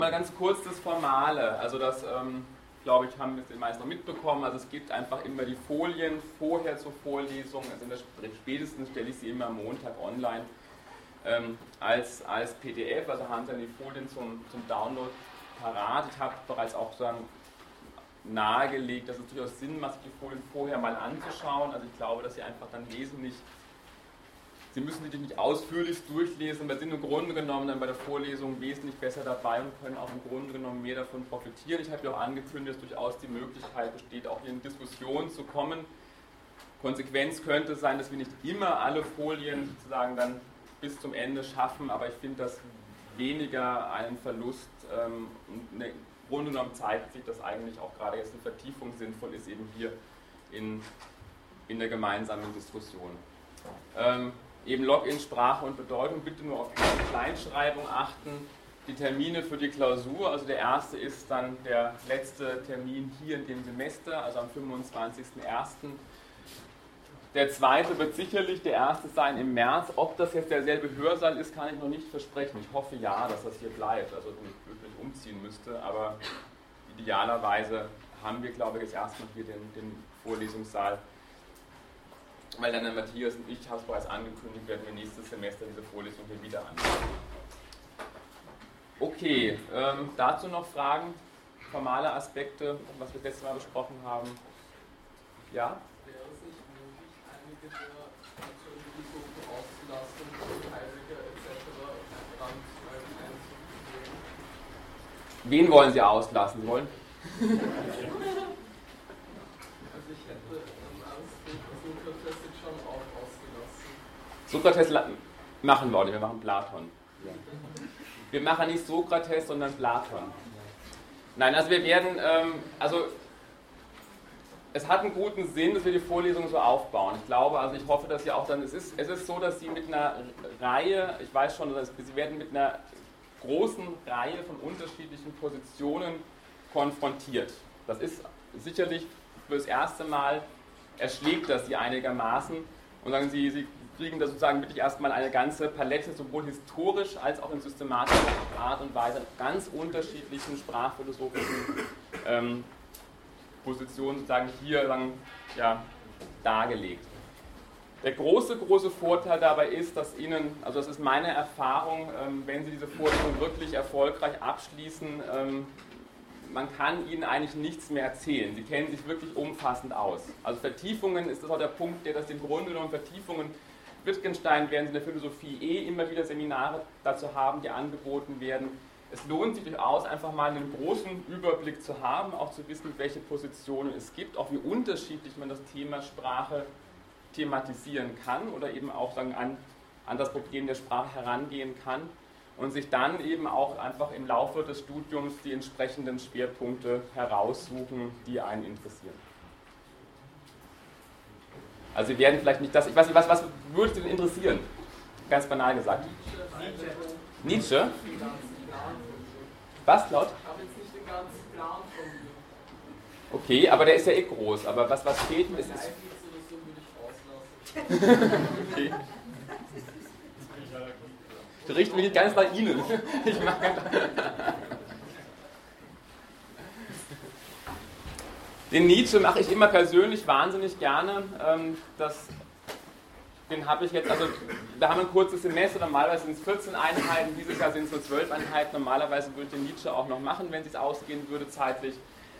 Mal ganz kurz das Formale, also das, glaube ich, haben wir die meisten noch mitbekommen, also es gibt einfach immer die Folien vorher zur Vorlesung, also spätestens stelle ich sie immer am Montag online als PDF, also haben dann die Folien zum Download parat. Ich habe bereits auch nahegelegt, dass es durchaus Sinn macht, sich die Folien vorher mal anzuschauen, also ich glaube, dass sie einfach dann wesentlich. Sie müssen sich nicht ausführlich durchlesen, aber sind im Grunde genommen dann bei der Vorlesung wesentlich besser dabei und können auch im Grunde genommen mehr davon profitieren. Ich habe ja auch angekündigt, dass durchaus die Möglichkeit besteht, auch hier in Diskussionen zu kommen. Konsequenz könnte sein, dass wir nicht immer alle Folien sozusagen dann bis zum Ende schaffen, aber ich finde das weniger einen Verlust und im Grunde genommen zeigt sich, dass eigentlich auch gerade jetzt eine Vertiefung sinnvoll ist, eben hier in der gemeinsamen Diskussion. Eben Login, Sprache und Bedeutung, bitte nur auf die Kleinschreibung achten. Die Termine für die Klausur, also der erste ist dann der letzte Termin hier in dem Semester, also am 25.01. Der zweite wird sicherlich der erste sein im März. Ob das jetzt derselbe Hörsaal ist, kann ich noch nicht versprechen. Ich hoffe ja, dass das hier bleibt, also dass ich wirklich umziehen müsste, aber idealerweise haben wir, glaube ich, jetzt erstmal hier den Vorlesungssaal. Weil dann der Matthias und ich, habe es bereits angekündigt, werden wir nächstes Semester diese Vorlesung hier wieder anschauen. Okay, dazu noch Fragen, formale Aspekte, was wir letztes Mal besprochen haben. Ja? Wäre es nicht möglich, einige der Untersuchungen auszulassen, Heilige etc. dann einzuführen? Wen wollen Sie auslassen wollen? Also ich hätte Sokrates jetzt schon auch ausgelassen. Sokrates machen wir auch nicht, wir machen Platon. Ja. Wir machen nicht Sokrates, sondern Platon. Nein, also wir werden, es hat einen guten Sinn, dass wir die Vorlesung so aufbauen. Ich glaube, also ich hoffe, dass Sie auch dann, es ist so, dass Sie mit einer Reihe, ich weiß schon, Sie werden mit einer großen Reihe von unterschiedlichen Positionen konfrontiert. Das ist sicherlich für das erste Mal, erschlägt das Sie einigermaßen und sagen Sie kriegen da sozusagen wirklich erstmal eine ganze Palette, sowohl historisch als auch in systematischer Art und Weise, ganz unterschiedlichen sprachphilosophischen Positionen sozusagen hier dargelegt. Der große Vorteil dabei ist, dass Ihnen, also das ist meine Erfahrung, wenn Sie diese Vorlesung wirklich erfolgreich abschließen, man kann Ihnen eigentlich nichts mehr erzählen. Sie kennen sich wirklich umfassend aus. Also Vertiefungen ist das auch der Punkt, der das im Grunde genommen Vertiefungen, Wittgenstein werden Sie in der Philosophie immer wieder Seminare dazu haben, die angeboten werden. Es lohnt sich durchaus einfach mal einen großen Überblick zu haben, auch zu wissen, welche Positionen es gibt, auch wie unterschiedlich man das Thema Sprache thematisieren kann oder eben auch an das Problem der Sprache herangehen kann und sich dann eben auch einfach im Laufe des Studiums die entsprechenden Schwerpunkte heraussuchen, die einen interessieren. Also Sie werden vielleicht nicht das, ich weiß nicht, was würde Sie denn interessieren? Ganz banal gesagt. Nietzsche? Was, Laut? Ich habe jetzt nicht den ganzen Plan von mir. Okay, aber der ist ja groß. Aber was fehlt mir ist... Okay. Ich richte mich nicht ganz nach Ihnen. Ich mache den Nietzsche mache ich immer persönlich wahnsinnig gerne. Den habe ich jetzt, also wir haben ein kurzes Semester, normalerweise sind es 14 Einheiten, dieses Jahr sind es nur 12 Einheiten, normalerweise würde ich den Nietzsche auch noch machen, wenn es ausgehen würde zeitlich.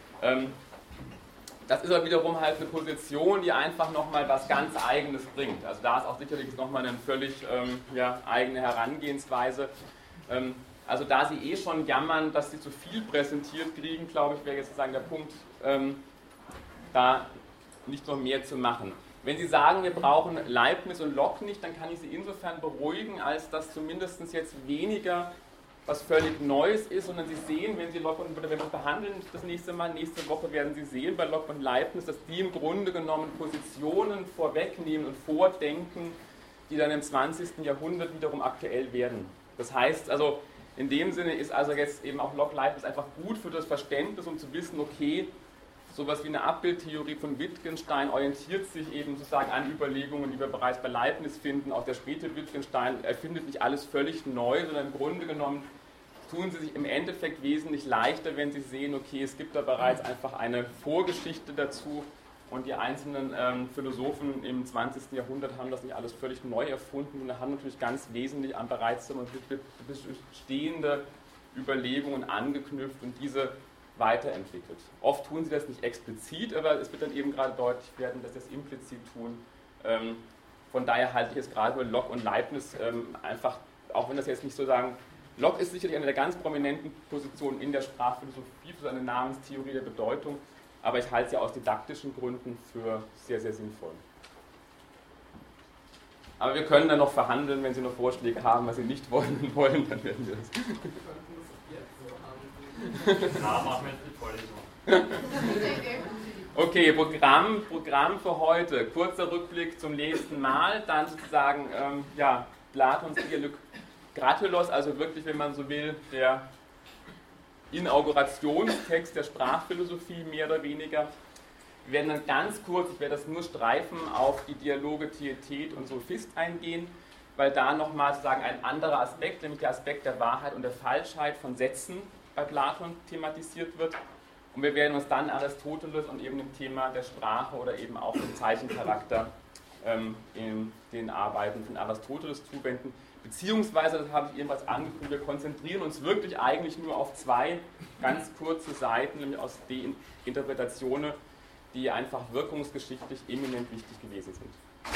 Das ist aber wiederum halt eine Position, die einfach nochmal was ganz Eigenes bringt. Also da ist auch sicherlich nochmal eine völlig eigene Herangehensweise. Also da Sie schon jammern, dass Sie zu viel präsentiert kriegen, glaube ich, wäre jetzt sozusagen der Punkt, da nicht noch mehr zu machen. Wenn Sie sagen, wir brauchen Leibniz und Locke nicht, dann kann ich Sie insofern beruhigen, als dass zumindest jetzt weniger was völlig Neues ist, sondern Sie sehen, wenn Sie Locke und wenn wir behandeln das nächste Woche werden Sie sehen bei Locke und Leibniz, dass die im Grunde genommen Positionen vorwegnehmen und vordenken, die dann im 20. Jahrhundert wiederum aktuell werden. Das heißt, also in dem Sinne ist also jetzt eben auch Locke Leibniz einfach gut für das Verständnis, um zu wissen, okay, sowas wie eine Abbildtheorie von Wittgenstein orientiert sich eben sozusagen an Überlegungen, die wir bereits bei Leibniz finden. Auch der späte Wittgenstein erfindet nicht alles völlig neu, sondern im Grunde genommen tun sie sich im Endeffekt wesentlich leichter, wenn sie sehen, okay, es gibt da bereits einfach eine Vorgeschichte dazu und die einzelnen Philosophen im 20. Jahrhundert haben das nicht alles völlig neu erfunden und haben natürlich ganz wesentlich an bereits bestehende Überlegungen angeknüpft und diese weiterentwickelt. Oft tun sie das nicht explizit, aber es wird dann eben gerade deutlich werden, dass sie das implizit tun. Von daher halte ich es gerade bei Locke und Leibniz einfach, auch wenn das jetzt nicht so sagen, Locke ist sicherlich eine der ganz prominenten Positionen in der Sprachphilosophie für seine Namenstheorie der Bedeutung, aber ich halte sie aus didaktischen Gründen für sehr, sehr sinnvoll. Aber wir können dann noch verhandeln, wenn Sie noch Vorschläge haben, was Sie nicht wollen, dann werden wir das. Wir könnten das jetzt so handeln. Ja, machen wir jetzt die Vorlesung. Okay, Programm für heute. Kurzer Rückblick zum nächsten Mal. Dann sozusagen Platons Dialog Gratulos, also wirklich, wenn man so will, der Inaugurationstext der Sprachphilosophie, mehr oder weniger. Wir werden dann ganz kurz, ich werde das nur streifen, auf die Dialoge Theätet und Sophist eingehen, weil da nochmal sozusagen ein anderer Aspekt, nämlich der Aspekt der Wahrheit und der Falschheit von Sätzen bei Platon thematisiert wird. Und wir werden uns dann Aristoteles und eben dem Thema der Sprache oder eben auch dem Zeichencharakter in den Arbeiten von Aristoteles zuwenden. Beziehungsweise, das habe ich ebenfalls angekündigt, wir konzentrieren uns wirklich eigentlich nur auf zwei ganz kurze Seiten, nämlich aus den Interpretationen, die einfach wirkungsgeschichtlich eminent wichtig gewesen sind.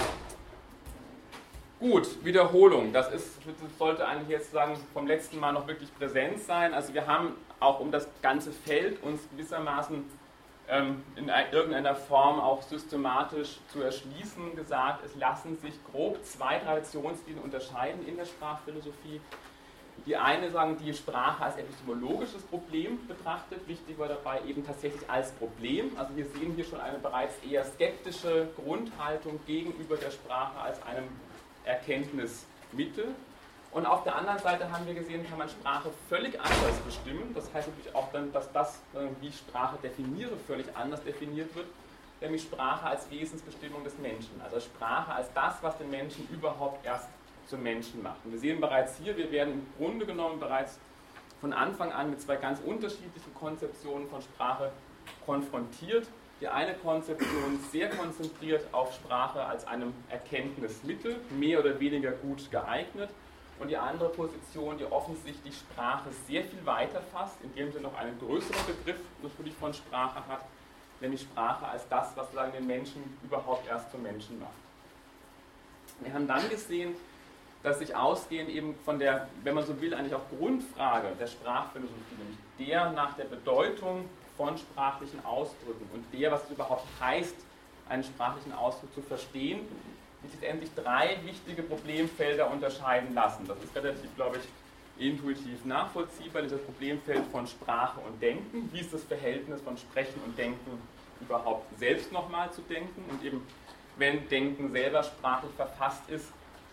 Gut, Wiederholung, das sollte eigentlich jetzt sagen vom letzten Mal noch wirklich präsent sein. Also wir haben auch um das ganze Feld uns gewissermaßen in irgendeiner Form auch systematisch zu erschließen gesagt, es lassen sich grob zwei Traditionslinien unterscheiden in der Sprachphilosophie. Die eine sagen, die Sprache als epistemologisches Problem betrachtet, wichtig war dabei eben tatsächlich als Problem. Also wir sehen hier schon eine bereits eher skeptische Grundhaltung gegenüber der Sprache als einem Erkenntnismittel. Und auf der anderen Seite haben wir gesehen, kann man Sprache völlig anders bestimmen. Das heißt natürlich auch dann, dass das, wie ich Sprache definiere, völlig anders definiert wird. Nämlich Sprache als Wesensbestimmung des Menschen. Also Sprache als das, was den Menschen überhaupt erst zum Menschen macht. Und wir sehen bereits hier, wir werden im Grunde genommen bereits von Anfang an mit zwei ganz unterschiedlichen Konzeptionen von Sprache konfrontiert. Die eine Konzeption sehr konzentriert auf Sprache als einem Erkenntnismittel, mehr oder weniger gut geeignet. Und die andere Position, die offensichtlich Sprache sehr viel weiter fasst, indem sie noch einen größeren Begriff natürlich von Sprache hat, nämlich Sprache als das, was sozusagen den Menschen überhaupt erst zum Menschen macht. Wir haben dann gesehen, dass sich ausgehend eben von der, wenn man so will, eigentlich auch Grundfrage der Sprachphilosophie, nämlich der nach der Bedeutung von sprachlichen Ausdrücken und der, was es überhaupt heißt, einen sprachlichen Ausdruck zu verstehen, die sich endlich drei wichtige Problemfelder unterscheiden lassen. Das ist relativ, glaube ich, intuitiv nachvollziehbar, dieses Problemfeld von Sprache und Denken. Wie ist das Verhältnis von Sprechen und Denken überhaupt selbst nochmal zu denken? Und eben, wenn Denken selber sprachlich verfasst ist,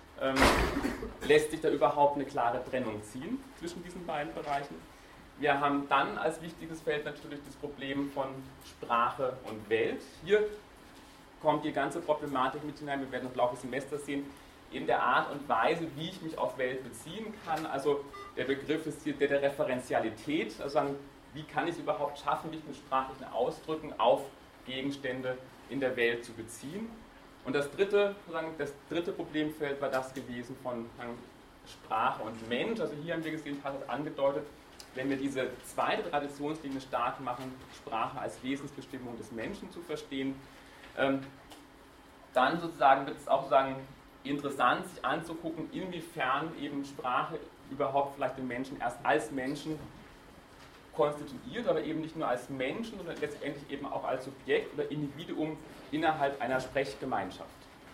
lässt sich da überhaupt eine klare Trennung ziehen zwischen diesen beiden Bereichen. Wir haben dann als wichtiges Feld natürlich das Problem von Sprache und Welt. Hier kommt die ganze Problematik mit hinein, wir werden im Laufe des Semesters sehen, in der Art und Weise, wie ich mich auf Welt beziehen kann. Also der Begriff ist hier der Referenzialität, also sagen, wie kann ich es überhaupt schaffen, mich mit sprachlichen Ausdrücken auf Gegenstände in der Welt zu beziehen. Und das dritte Problemfeld war das gewesen von Sprache und Mensch. Also hier haben wir gesehen, hat es angedeutet, wenn wir diese zweite Traditionslinie stark machen, Sprache als Wesensbestimmung des Menschen zu verstehen, dann sozusagen wird es auch interessant, sich anzugucken, inwiefern eben Sprache überhaupt vielleicht den Menschen erst als Menschen konstituiert, aber eben nicht nur als Menschen, sondern letztendlich eben auch als Subjekt oder Individuum innerhalb einer Sprechgemeinschaft.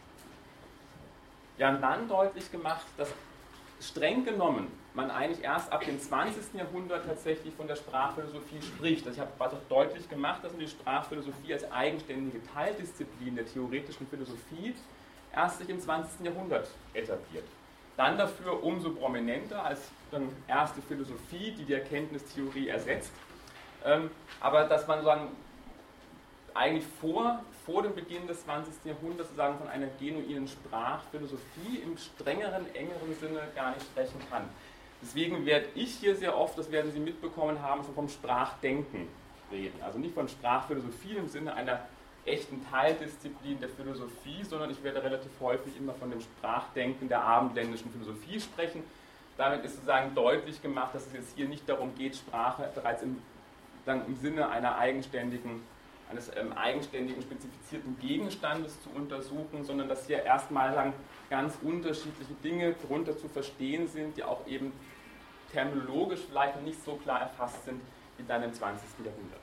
Wir haben dann deutlich gemacht, dass streng genommen man eigentlich erst ab dem 20. Jahrhundert tatsächlich von der Sprachphilosophie spricht. Also ich habe also deutlich gemacht, dass man die Sprachphilosophie als eigenständige Teildisziplin der theoretischen Philosophie erst sich im 20. Jahrhundert etabliert. Dann dafür umso prominenter als dann erste Philosophie, die die Erkenntnistheorie ersetzt. Aber dass man sagen, eigentlich vor dem Beginn des 20. Jahrhunderts sozusagen von einer genuinen Sprachphilosophie im strengeren, engeren Sinne gar nicht sprechen kann. Deswegen werde ich hier sehr oft, das werden Sie mitbekommen haben, schon vom Sprachdenken reden. Also nicht von Sprachphilosophie im Sinne einer echten Teildisziplin der Philosophie, sondern ich werde relativ häufig immer von dem Sprachdenken der abendländischen Philosophie sprechen. Damit ist sozusagen deutlich gemacht, dass es jetzt hier nicht darum geht, Sprache bereits im Sinne eines eigenständigen, spezifizierten Gegenstandes zu untersuchen, sondern dass hier erstmal ganz unterschiedliche Dinge darunter zu verstehen sind, die auch eben terminologisch vielleicht nicht so klar erfasst sind wie dann im 20. Jahrhundert.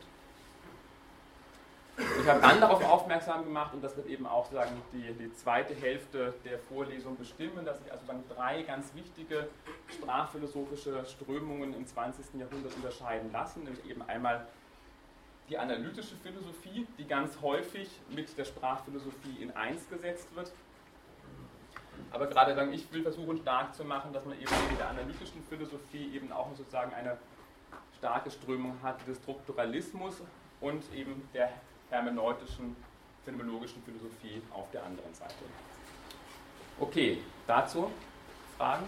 Ich habe dann darauf aufmerksam gemacht, und das wird eben auch die zweite Hälfte der Vorlesung bestimmen, dass sich also drei ganz wichtige sprachphilosophische Strömungen im 20. Jahrhundert unterscheiden lassen, nämlich eben einmal die analytische Philosophie, die ganz häufig mit der Sprachphilosophie in eins gesetzt wird. Aber gerade ich will versuchen stark zu machen, dass man eben in der analytischen Philosophie eben auch sozusagen eine starke Strömung hat des Strukturalismus und eben der hermeneutischen, phänomenologischen Philosophie auf der anderen Seite. Okay, dazu Fragen?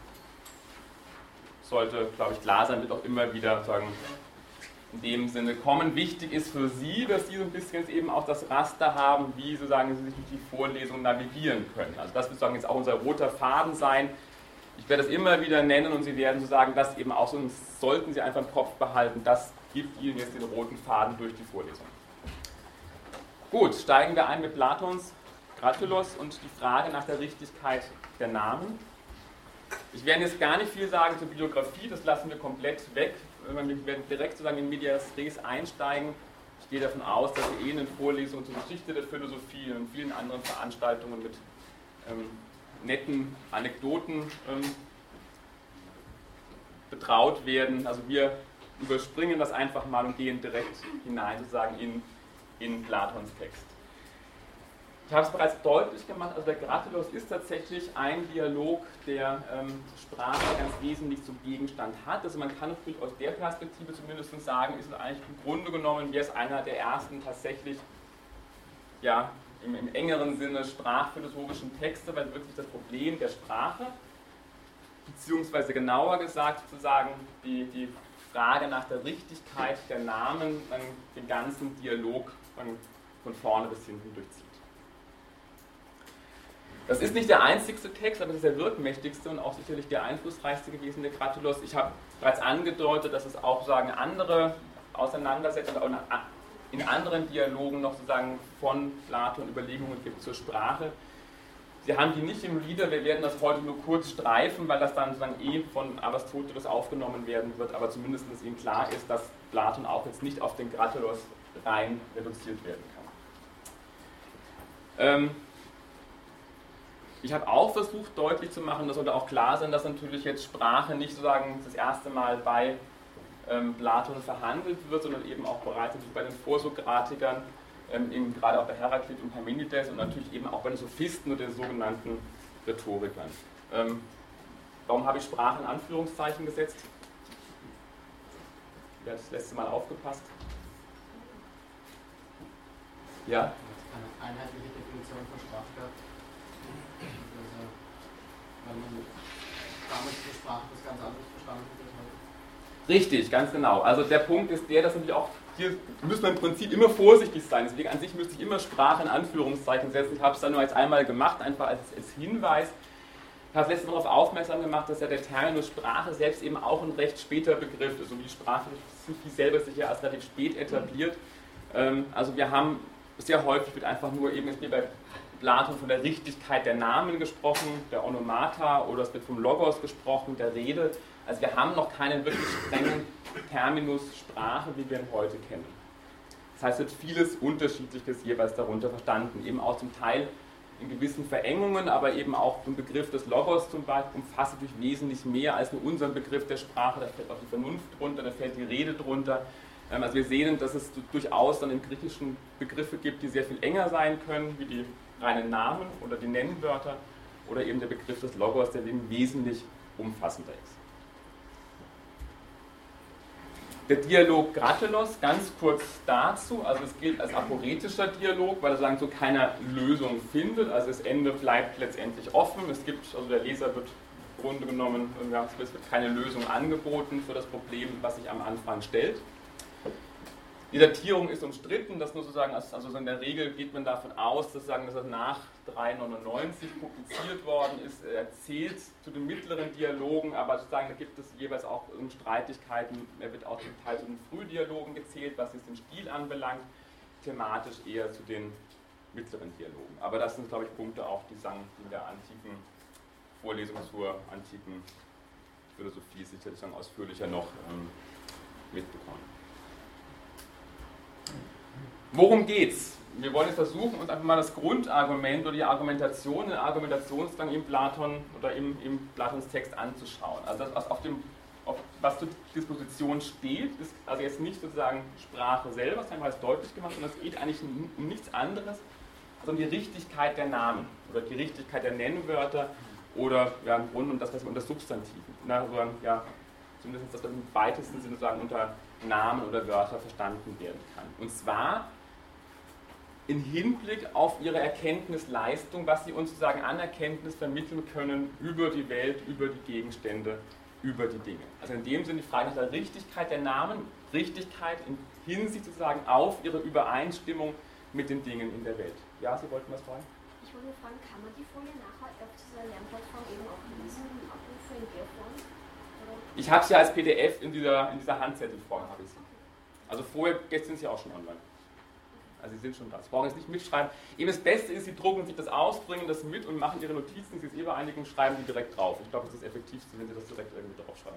Sollte, glaube ich, klar sein, wird auch immer wieder in dem Sinne kommen. Wichtig ist für Sie, dass Sie so ein bisschen eben auch das Raster haben, wie sozusagen Sie sich durch die Vorlesung navigieren können. Also das wird sozusagen jetzt auch unser roter Faden sein. Ich werde das immer wieder nennen und Sie werden sozusagen das eben auch so, sollten Sie einfach im Kopf behalten, das gibt Ihnen jetzt den roten Faden durch die Vorlesung. Gut, steigen wir ein mit Platons Gratulos und die Frage nach der Richtigkeit der Namen. Ich werde jetzt gar nicht viel sagen zur Bibliografie, das lassen wir komplett weg. Wir werden direkt sozusagen in Medias Res einsteigen. Ich gehe davon aus, dass wir in den Vorlesungen zur Geschichte der Philosophie und vielen anderen Veranstaltungen mit netten Anekdoten betraut werden. Also wir überspringen das einfach mal und gehen direkt hinein sozusagen in Platons Text. Ich habe es bereits deutlich gemacht, also der Gratulos ist tatsächlich ein Dialog, der Sprache ganz wesentlich zum Gegenstand hat. Also man kann natürlich aus der Perspektive zumindest sagen, ist es eigentlich im Grunde genommen, wäre es einer der ersten tatsächlich, ja, im engeren Sinne sprachphilosophischen Texte, weil wirklich das Problem der Sprache, beziehungsweise genauer gesagt sozusagen die Frage nach der Richtigkeit der Namen den ganzen Dialog von vorne bis hinten durchzieht. Das ist nicht der einzigste Text, aber es ist der wirkmächtigste und auch sicherlich der einflussreichste gewesen, der Gratulos. Ich habe bereits angedeutet, dass es auch andere Auseinandersetzungen in anderen Dialogen noch sozusagen von Platon Überlegungen gibt zur Sprache. Sie haben die nicht im Lieder, wir werden das heute nur kurz streifen, weil das dann von Aristoteles aufgenommen werden wird, aber zumindest Ihnen klar ist, dass Platon auch jetzt nicht auf den Gratulos rein reduziert werden kann. Ich habe auch versucht deutlich zu machen, das sollte auch klar sein, dass natürlich jetzt Sprache nicht sozusagen das erste Mal bei Platon verhandelt wird, sondern eben auch bereits bei den Vorsokratikern, eben gerade auch bei Heraklit und Parmenides und natürlich eben auch bei den Sophisten und den sogenannten Rhetorikern. Warum habe ich Sprache in Anführungszeichen gesetzt? Wer hat das letzte Mal aufgepasst? Ja? Eine einheitliche Definition von Sprache gab. Also, weil man damals die Sprache das ganz anders verstanden hat. Richtig, ganz genau. Also der Punkt ist der, dass natürlich auch hier müssen wir im Prinzip immer vorsichtig sein. Deswegen an sich müsste ich immer Sprache in Anführungszeichen setzen. Ich habe es dann nur jetzt einmal gemacht, einfach als Hinweis. Ich habe letztens darauf aufmerksam gemacht, dass ja der Terminus Sprache selbst eben auch ein recht später Begriff ist. Und die Sprache selber sich ja erst relativ spät etabliert. Also wir haben sehr häufig wird einfach nur eben wie bei Platon von der Richtigkeit der Namen gesprochen, der Onomata, oder es wird vom Logos gesprochen, der Rede. Also wir haben noch keinen wirklich strengen Terminus Sprache, wie wir ihn heute kennen. Das heißt, es wird vieles Unterschiedliches jeweils darunter verstanden, eben auch zum Teil in gewissen Verengungen, aber eben auch zum Begriff des Logos zum Beispiel umfasst natürlich wesentlich mehr als nur unseren Begriff der Sprache, da fällt auch die Vernunft drunter, da fällt die Rede drunter. Also wir sehen, dass es durchaus dann im Griechischen Begriffe gibt, die sehr viel enger sein können, wie die reinen Namen oder die Nennwörter oder eben der Begriff des Logos, der eben wesentlich umfassender ist. Der Dialog Gratulos, ganz kurz dazu, also es gilt als aporetischer Dialog, weil er so keine Lösung findet, also das Ende bleibt letztendlich offen, es gibt, also der Leser wird im Grunde genommen, ja, es wird keine Lösung angeboten für das Problem, was sich am Anfang stellt. Die Datierung ist umstritten, das nur sozusagen, also in der Regel geht man davon aus, dass er nach 399 publiziert worden ist. Er zählt zu den mittleren Dialogen, aber sozusagen da gibt es jeweils auch Streitigkeiten. Er wird auch zum Teil zu den Frühdialogen gezählt, was jetzt den Stil anbelangt, thematisch eher zu den mittleren Dialogen. Aber das sind, glaube ich, Punkte auch, die in der antiken Vorlesung zur antiken Philosophie sicherlich ausführlicher noch mitbekommen. Worum geht's? Wir wollen jetzt versuchen, uns einfach mal das Grundargument oder die Argumentation, den Argumentationsgang im Platon oder im Platons Text anzuschauen. Also das, was zur Disposition steht, ist also jetzt nicht sozusagen Sprache selber, das haben wir jetzt deutlich gemacht, sondern es geht eigentlich um nichts anderes, als um die Richtigkeit der Namen oder die Richtigkeit der Nennwörter oder ja, im Grunde um das, was wir unter Substantiven, ja, zumindest das, was im weitesten Sinne sozusagen unter Namen oder Wörter verstanden werden kann. Und zwar im Hinblick auf ihre Erkenntnisleistung, was sie uns sozusagen an Erkenntnis vermitteln können über die Welt, über die Gegenstände, über die Dinge. Also in dem Sinne die Frage nach der Richtigkeit der Namen, Richtigkeit in Hinsicht sozusagen auf ihre Übereinstimmung mit den Dingen in der Welt. Ja, Sie wollten was fragen? Ich wollte nur fragen, kann man die Folie nachher auf dieser Lernplattform eben auch lesen und abrufen in der Form? Oder? Ich habe sie als PDF in dieser Handzettelform, habe ich sie. Also vorher, jetzt sind sie auch schon online. Also sie sind schon da. Sie brauchen jetzt nicht mitschreiben. Eben das Beste ist, Sie drucken sich das aus, bringen das mit und machen Ihre Notizen, Sie es eh beeinigen, schreiben die direkt drauf. Ich glaube, das ist das Effektivste, wenn Sie das direkt irgendwie draufschreiben.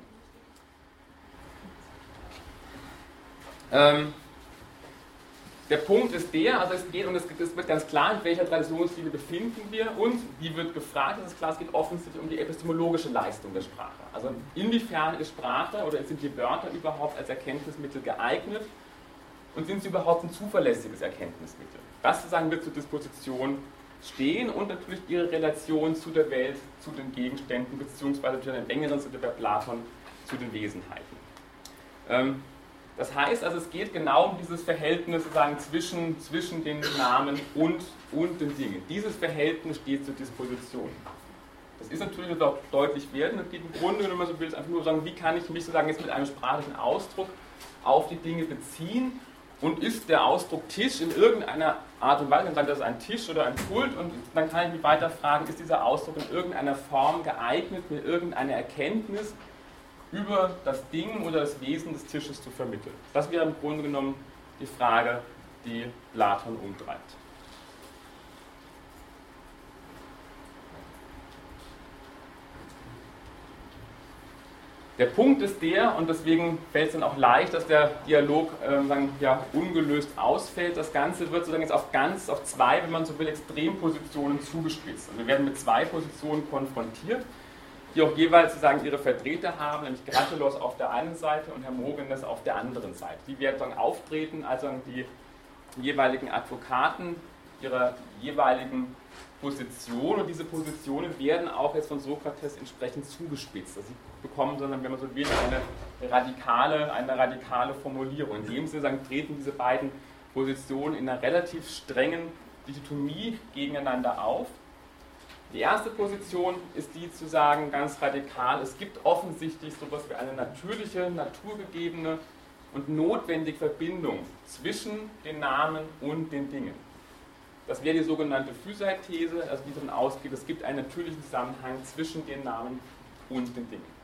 Der Punkt ist der, also es geht, und es wird ganz klar, in welcher Traditionslinie befinden wir uns, wie wird gefragt, es ist klar, es geht offensichtlich um die epistemologische Leistung der Sprache. Also inwiefern ist Sprache oder sind die Wörter überhaupt als Erkenntnismittel geeignet und sind sie überhaupt ein zuverlässiges Erkenntnismittel? Das sozusagen wird zur Disposition stehen und natürlich ihre Relation zu der Welt, zu den Gegenständen, beziehungsweise zu einem engeren Sinne bei Platon zu den Wesenheiten. Das heißt also, es geht genau um dieses Verhältnis sozusagen zwischen den Namen und den Dingen. Dieses Verhältnis steht zur Disposition. Das ist natürlich, wird auch deutlich werden, es geht im Grunde, wenn man so will, einfach nur sagen, wie kann ich mich sozusagen jetzt mit einem sprachlichen Ausdruck auf die Dinge beziehen und ist der Ausdruck Tisch in irgendeiner Art und Weise, dann sagen, das ist ein Tisch oder ein Pult und dann kann ich mich weiter fragen, ist dieser Ausdruck in irgendeiner Form geeignet, mir irgendeine Erkenntnis über das Ding oder das Wesen des Tisches zu vermitteln. Das wäre im Grunde genommen die Frage, die Platon umtreibt. Der Punkt ist der, und deswegen fällt es dann auch leicht, dass der Dialog ungelöst ausfällt. Das Ganze wird sozusagen jetzt auf zwei, wenn man so will, Extrempositionen zugespitzt. Also wir werden mit zwei Positionen konfrontiert, die auch jeweils sozusagen ihre Vertreter haben, nämlich Gratilos auf der einen Seite und Hermogenes auf der anderen Seite. Die werden dann auftreten, also die jeweiligen Advokaten ihrer jeweiligen Position, und diese Positionen werden auch jetzt von Sokrates entsprechend zugespitzt. Also sie bekommen, sondern wenn man so will, eine radikale Formulierung. In dem Sinne treten diese beiden Positionen in einer relativ strengen Dichotomie gegeneinander auf. Die erste Position ist die zu sagen, ganz radikal, es gibt offensichtlich so etwas wie eine natürliche, naturgegebene und notwendige Verbindung zwischen den Namen und den Dingen. Das wäre die sogenannte Physei-These, also die davon ausgeht, es gibt einen natürlichen Zusammenhang zwischen den Namen und den Dingen.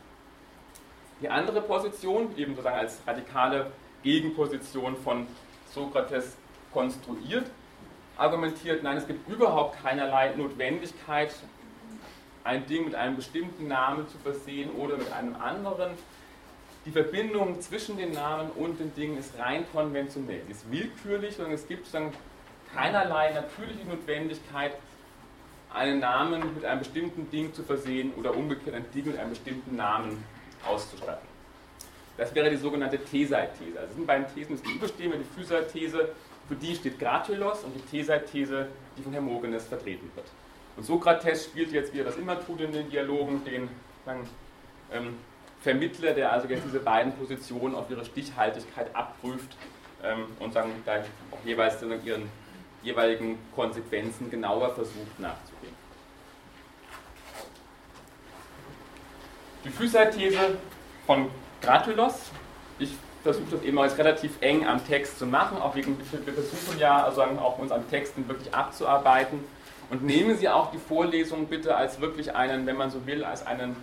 Die andere Position, eben sozusagen als radikale Gegenposition von Sokrates konstruiert, argumentiert, nein, es gibt überhaupt keinerlei Notwendigkeit, ein Ding mit einem bestimmten Namen zu versehen oder mit einem anderen. Die Verbindung zwischen den Namen und den Dingen ist rein konventionell. Sie ist willkürlich, sondern es gibt dann keinerlei natürliche Notwendigkeit, einen Namen mit einem bestimmten Ding zu versehen oder umgekehrt ein Ding mit einem bestimmten Namen auszustatten. Das wäre die sogenannte Thesei-These. Also sind beiden Thesen gegenüberstehen, die Physei-These, für die steht Gratilos, und die Thesei-These, die von Hermogenes vertreten wird. Und Sokrates spielt jetzt, wie er das immer tut in den Dialogen, den Vermittler, der also jetzt diese beiden Positionen auf ihre Stichhaltigkeit abprüft und dann auch jeweils ihren jeweiligen Konsequenzen genauer versucht nachzugehen. Die Physeithese von Gratulos. Ich versuche das eben als relativ eng am Text zu machen, auch wir versuchen ja also auch uns am Texten wirklich abzuarbeiten. Und nehmen Sie auch die Vorlesung bitte als wirklich einen, wenn man so will, als einen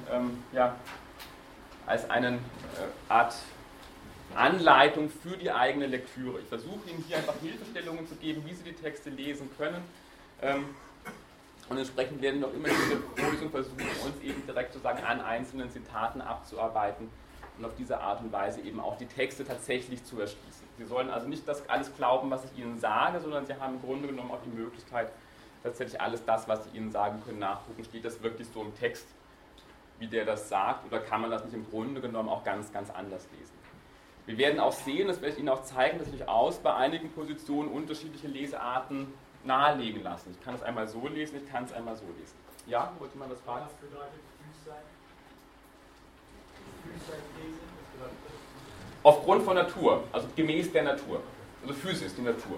Art Anleitung für die eigene Lektüre. Ich versuche Ihnen hier einfach Hilfestellungen zu geben, wie Sie die Texte lesen können. Und entsprechend werden wir auch immer diese Vorlesung versuchen, uns eben direkt sozusagen an einzelnen Zitaten abzuarbeiten und auf diese Art und Weise eben auch die Texte tatsächlich zu erschließen. Sie sollen also nicht das alles glauben, was ich Ihnen sage, sondern Sie haben im Grunde genommen auch die Möglichkeit, tatsächlich alles das, was ich Ihnen sagen können, nachgucken. Steht das wirklich so im Text, wie der das sagt, oder kann man das nicht im Grunde genommen auch ganz, ganz anders lesen? Wir werden auch sehen, das werde ich Ihnen auch zeigen, dass durchaus bei einigen Positionen unterschiedliche Lesearten nahelegen lassen. Ich kann es einmal so lesen, ich kann es einmal so lesen. Ja, wollte jemand was fragen? Was bedeutet Physeithese? Physeithese? Aufgrund von Natur, also gemäß der Natur. Also Physis, die Natur.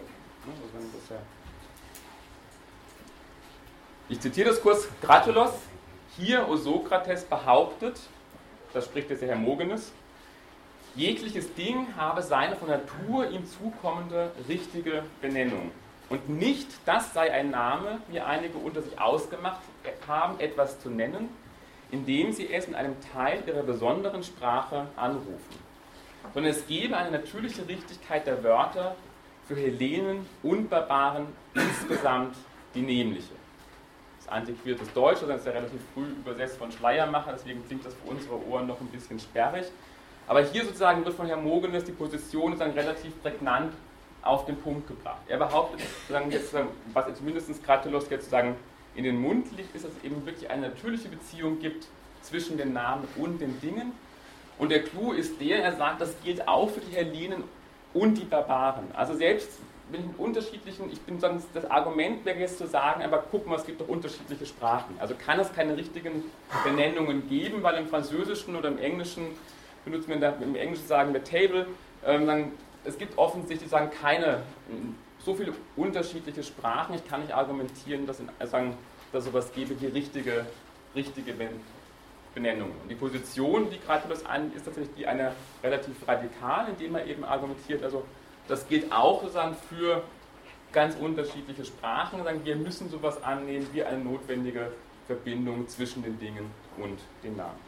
Ich zitiere das kurz. Gratulos, hier, o Sokrates, behauptet, das spricht jetzt der Hermogenes, jegliches Ding habe seine von Natur ihm zukommende richtige Benennung. Und nicht, das sei ein Name, wie einige unter sich ausgemacht haben, etwas zu nennen, indem sie es in einem Teil ihrer besonderen Sprache anrufen. Sondern es gebe eine natürliche Richtigkeit der Wörter für Hellenen und Barbaren insgesamt die nämliche. Das antiquiertes Deutsch, das ist ja relativ früh übersetzt von Schleiermacher, deswegen klingt das für unsere Ohren noch ein bisschen sperrig. Aber hier sozusagen wird von Hermogenes die Position sozusagen relativ prägnant auf den Punkt gebracht. Er behauptet, sozusagen jetzt, was zumindest Gratulos jetzt sozusagen in den Mund liegt, ist, dass es eben wirklich eine natürliche Beziehung gibt zwischen den Namen und den Dingen. Und der Clou ist der, er sagt, das gilt auch für die Hellenen und die Barbaren. Also selbst wenn ich mit unterschiedlichen, das Argument wäre jetzt zu sagen, aber guck mal, es gibt doch unterschiedliche Sprachen. Also kann es keine richtigen Benennungen geben, weil im Französischen oder im Englischen benutzen wir, im Englischen sagen wir Table, es gibt offensichtlich keine so viele unterschiedliche Sprachen. Ich kann nicht argumentieren, dass es sowas gäbe wie richtige Benennungen. Und die Position, die Gratulos annimmt, ist tatsächlich die eine relativ radikal, indem er eben argumentiert, also das gilt auch sozusagen für ganz unterschiedliche Sprachen. Wir müssen sowas annehmen wie eine notwendige Verbindung zwischen den Dingen und den Namen.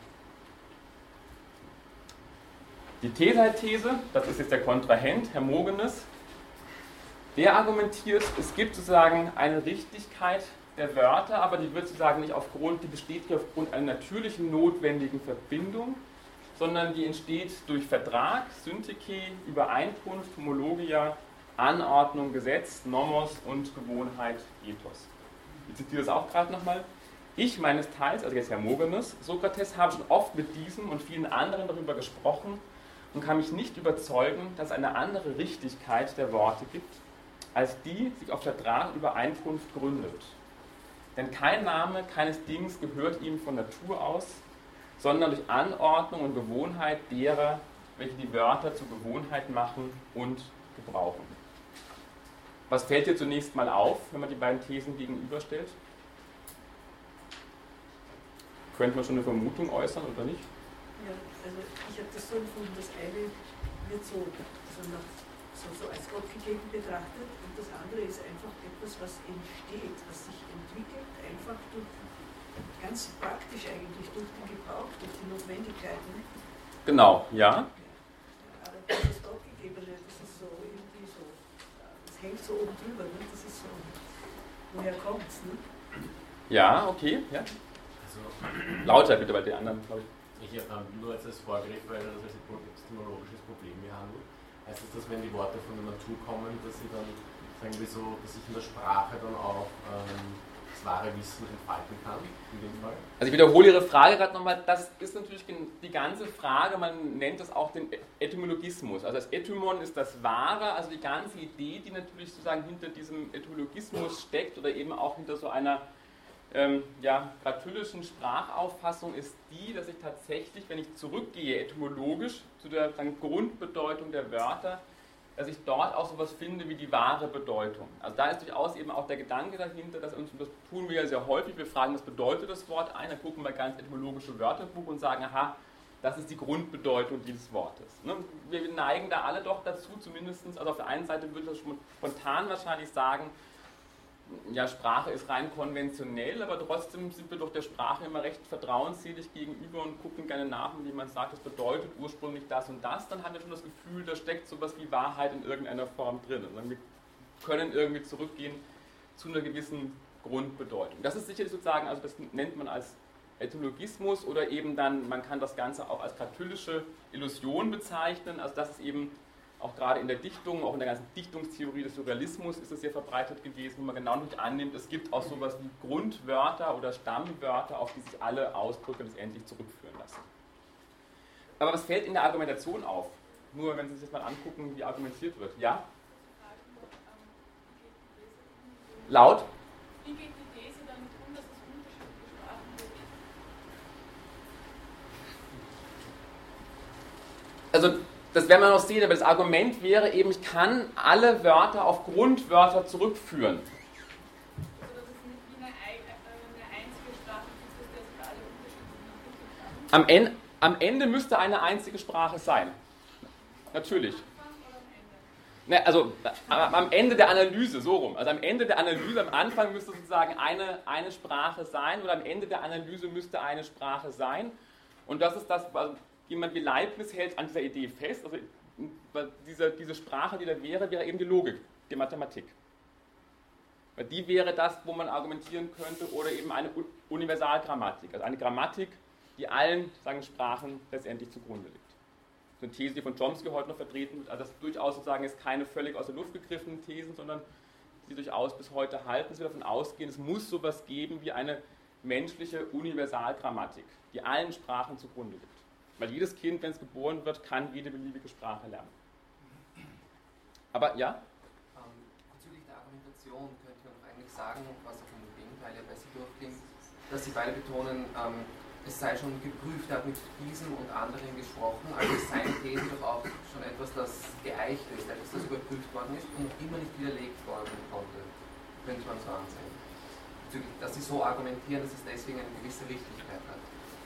Die Theseithese, das ist jetzt der Kontrahent, Hermogenes, der argumentiert, es gibt sozusagen eine Richtigkeit der Wörter, aber die wird sozusagen nicht die besteht nicht aufgrund einer natürlichen, notwendigen Verbindung, sondern die entsteht durch Vertrag, Syntheke, Übereinkunft, Homologia, Anordnung, Gesetz, Nomos und Gewohnheit, Ethos. Ich zitiere das auch gerade nochmal. Ich meines Teils, also jetzt Hermogenes, Sokrates, habe schon oft mit diesem und vielen anderen darüber gesprochen und kann mich nicht überzeugen, dass es eine andere Richtigkeit der Worte gibt, als die sich auf Vertrag und Übereinkunft gründet. Denn kein Name keines Dings gehört ihm von Natur aus, sondern durch Anordnung und Gewohnheit derer, welche die Wörter zur Gewohnheit machen und gebrauchen. Was fällt dir zunächst mal auf, wenn man die beiden Thesen gegenüberstellt? Könnte man schon eine Vermutung äußern oder nicht? Ja, also ich habe das so empfunden, das eine wird so als Gott gegeben betrachtet und das andere ist einfach etwas, was entsteht, was sich entwickelt, einfach ganz praktisch eigentlich durch den Gebrauch, durch die Notwendigkeiten. Genau, ja. Aber das Gottgegebene, das ist so irgendwie so, das hängt so oben drüber, ne? Das ist so, woher kommt es? Ne? Ja, okay, ja. Also, lauter bitte bei den anderen, glaube ich. Ich nur als Vorgriff, weil das als epistemologisches Problem behandelt. Heißt das, dass wenn die Worte von der Natur kommen, dass sie dann, sagen wir so, dass sich in der Sprache dann auch das wahre Wissen entfalten kann, in dem Fall? Also ich wiederhole Ihre Frage gerade nochmal, das ist natürlich die ganze Frage, man nennt das auch den Etymologismus. Also das Etymon ist das Wahre, also die ganze Idee, die natürlich sozusagen hinter diesem Etymologismus steckt oder eben auch hinter so einer gratyllischen Sprachauffassung ist die, dass ich tatsächlich, wenn ich zurückgehe etymologisch zu der Grundbedeutung der Wörter, dass ich dort auch sowas finde wie die wahre Bedeutung. Also da ist durchaus eben auch der Gedanke dahinter, dass uns, das tun wir ja sehr häufig, wir fragen, was bedeutet das Wort ein, dann gucken wir ganz etymologische Wörterbuch und sagen, aha, das ist die Grundbedeutung dieses Wortes. Ne? Wir neigen da alle doch dazu, zumindest, also auf der einen Seite würde ich das spontan wahrscheinlich sagen, ja, Sprache ist rein konventionell, aber trotzdem sind wir doch der Sprache immer recht vertrauensselig gegenüber und gucken gerne nach, wenn jemand sagt, das bedeutet ursprünglich das und das, dann haben wir schon das Gefühl, da steckt sowas wie Wahrheit in irgendeiner Form drin. Also wir können irgendwie zurückgehen zu einer gewissen Grundbedeutung. Das ist sicherlich sozusagen, also das nennt man als Etymologismus oder eben dann, man kann das Ganze auch als katholische Illusion bezeichnen, also das ist eben auch gerade in der Dichtung, auch in der ganzen Dichtungstheorie des Surrealismus ist es sehr verbreitet gewesen, wo man genau nicht annimmt, es gibt auch sowas wie Grundwörter oder Stammwörter, auf die sich alle Ausdrücke letztendlich zurückführen lassen. Aber was fällt in der Argumentation auf? Nur wenn Sie sich jetzt mal angucken, wie argumentiert wird. Ja? Laut? Wie geht die These damit um, dass es unterschiedliche Sprachen gibt? Also das werden wir noch sehen, aber das Argument wäre eben, ich kann alle Wörter auf Grundwörter zurückführen. Also dass es nicht wie eine einzige Sprache gibt, dass das alle unterschiedlich entwickeln kann? Am Ende müsste eine einzige Sprache sein. Natürlich. Ne, also am Ende der Analyse, so rum. Also am Ende der Analyse, am Anfang müsste sozusagen eine Sprache sein oder am Ende der Analyse müsste eine Sprache sein. Und das ist das, also jemand wie Leibniz hält an dieser Idee fest. Also diese Sprache, die da wäre eben die Logik, die Mathematik. Weil die wäre das, wo man argumentieren könnte, oder eben eine Universalgrammatik, also eine Grammatik, die allen Sprachen letztendlich zugrunde liegt. Das ist eine These, die von Chomsky heute noch vertreten wird, also das durchaus sozusagen jetzt keine völlig aus der Luft gegriffenen Thesen, sondern die durchaus bis heute halten, dass wir davon ausgehen, es muss sowas geben wie eine menschliche Universalgrammatik, die allen Sprachen zugrunde liegt. Weil jedes Kind, wenn es geboren wird, kann jede beliebige Sprache lernen. Aber ja? Bezüglich der Argumentation könnte man doch eigentlich sagen, was auch im Gegenteil ja bei Sie durchklingt, dass Sie beide betonen, es sei schon geprüft, er hat mit diesem und anderen gesprochen, also ist seine These doch auch schon etwas, das geeicht ist, etwas, das überprüft worden ist und noch immer nicht widerlegt worden konnte, könnte man so ansehen. Bezüglich, dass Sie so argumentieren, dass es deswegen eine gewisse Richtigkeit hat.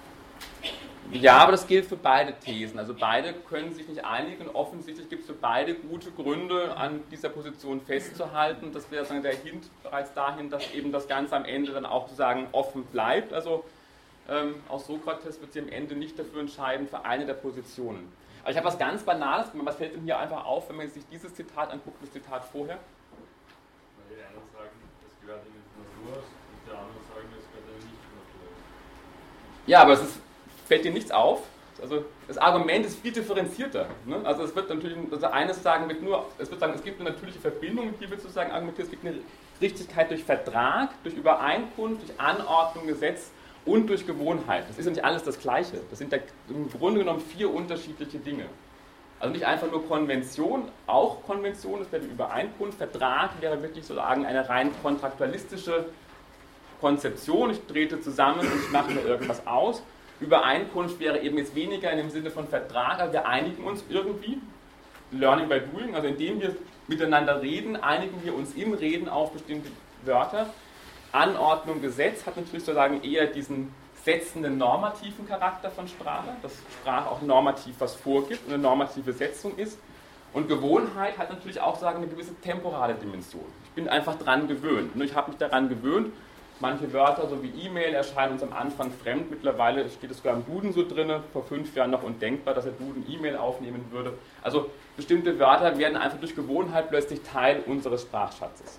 Ja, aber das gilt für beide Thesen. Also beide können sich nicht einigen. Offensichtlich gibt es für beide gute Gründe, an dieser Position festzuhalten. Das wäre der Hint bereits dahin, dass eben das Ganze am Ende dann auch sozusagen offen bleibt. Also auch Sokrates wird sich am Ende nicht dafür entscheiden, für eine der Positionen. Aber ich habe was ganz Banales, was fällt denn hier einfach auf, wenn man sich dieses Zitat anguckt, das Zitat vorher? Weil die einen sagen, es gehört in die Natur und die anderen sagen, es gehört nicht in die Natur. Ja, aber fällt dir nichts auf. Also das Argument ist viel differenzierter. Ne? Also es wird natürlich, also eines sagen mit nur, es wird sagen, es gibt eine natürliche Verbindung, die wird sozusagen argumentiert, es gibt eine Richtigkeit durch Vertrag, durch Übereinkunft, durch Anordnung, Gesetz und durch Gewohnheit. Das ist ja nicht alles das Gleiche. Das sind im Grunde genommen 4 unterschiedliche Dinge. Also nicht einfach nur Konvention, auch Konvention, das wäre die Übereinkunft, Vertrag wäre wirklich sozusagen eine rein kontraktualistische Konzeption, ich trete zusammen und ich mache mir irgendwas aus. Übereinkunft wäre eben jetzt weniger in dem Sinne von Vertrag, aber wir einigen uns irgendwie, Learning by Doing, also indem wir miteinander reden, einigen wir uns im Reden auf bestimmte Wörter. Anordnung, Gesetz hat natürlich sozusagen eher diesen setzenden normativen Charakter von Sprache, dass Sprache auch normativ was vorgibt und eine normative Setzung ist. Und Gewohnheit hat natürlich auch sagen, eine gewisse temporale Dimension. Ich bin einfach dran gewöhnt. Ich habe mich daran gewöhnt. Manche Wörter, so wie E-Mail, erscheinen uns am Anfang fremd. Mittlerweile steht es sogar im Duden so drin. Vor 5 Jahren noch undenkbar, dass der Duden E-Mail aufnehmen würde. Also bestimmte Wörter werden einfach durch Gewohnheit plötzlich Teil unseres Sprachschatzes.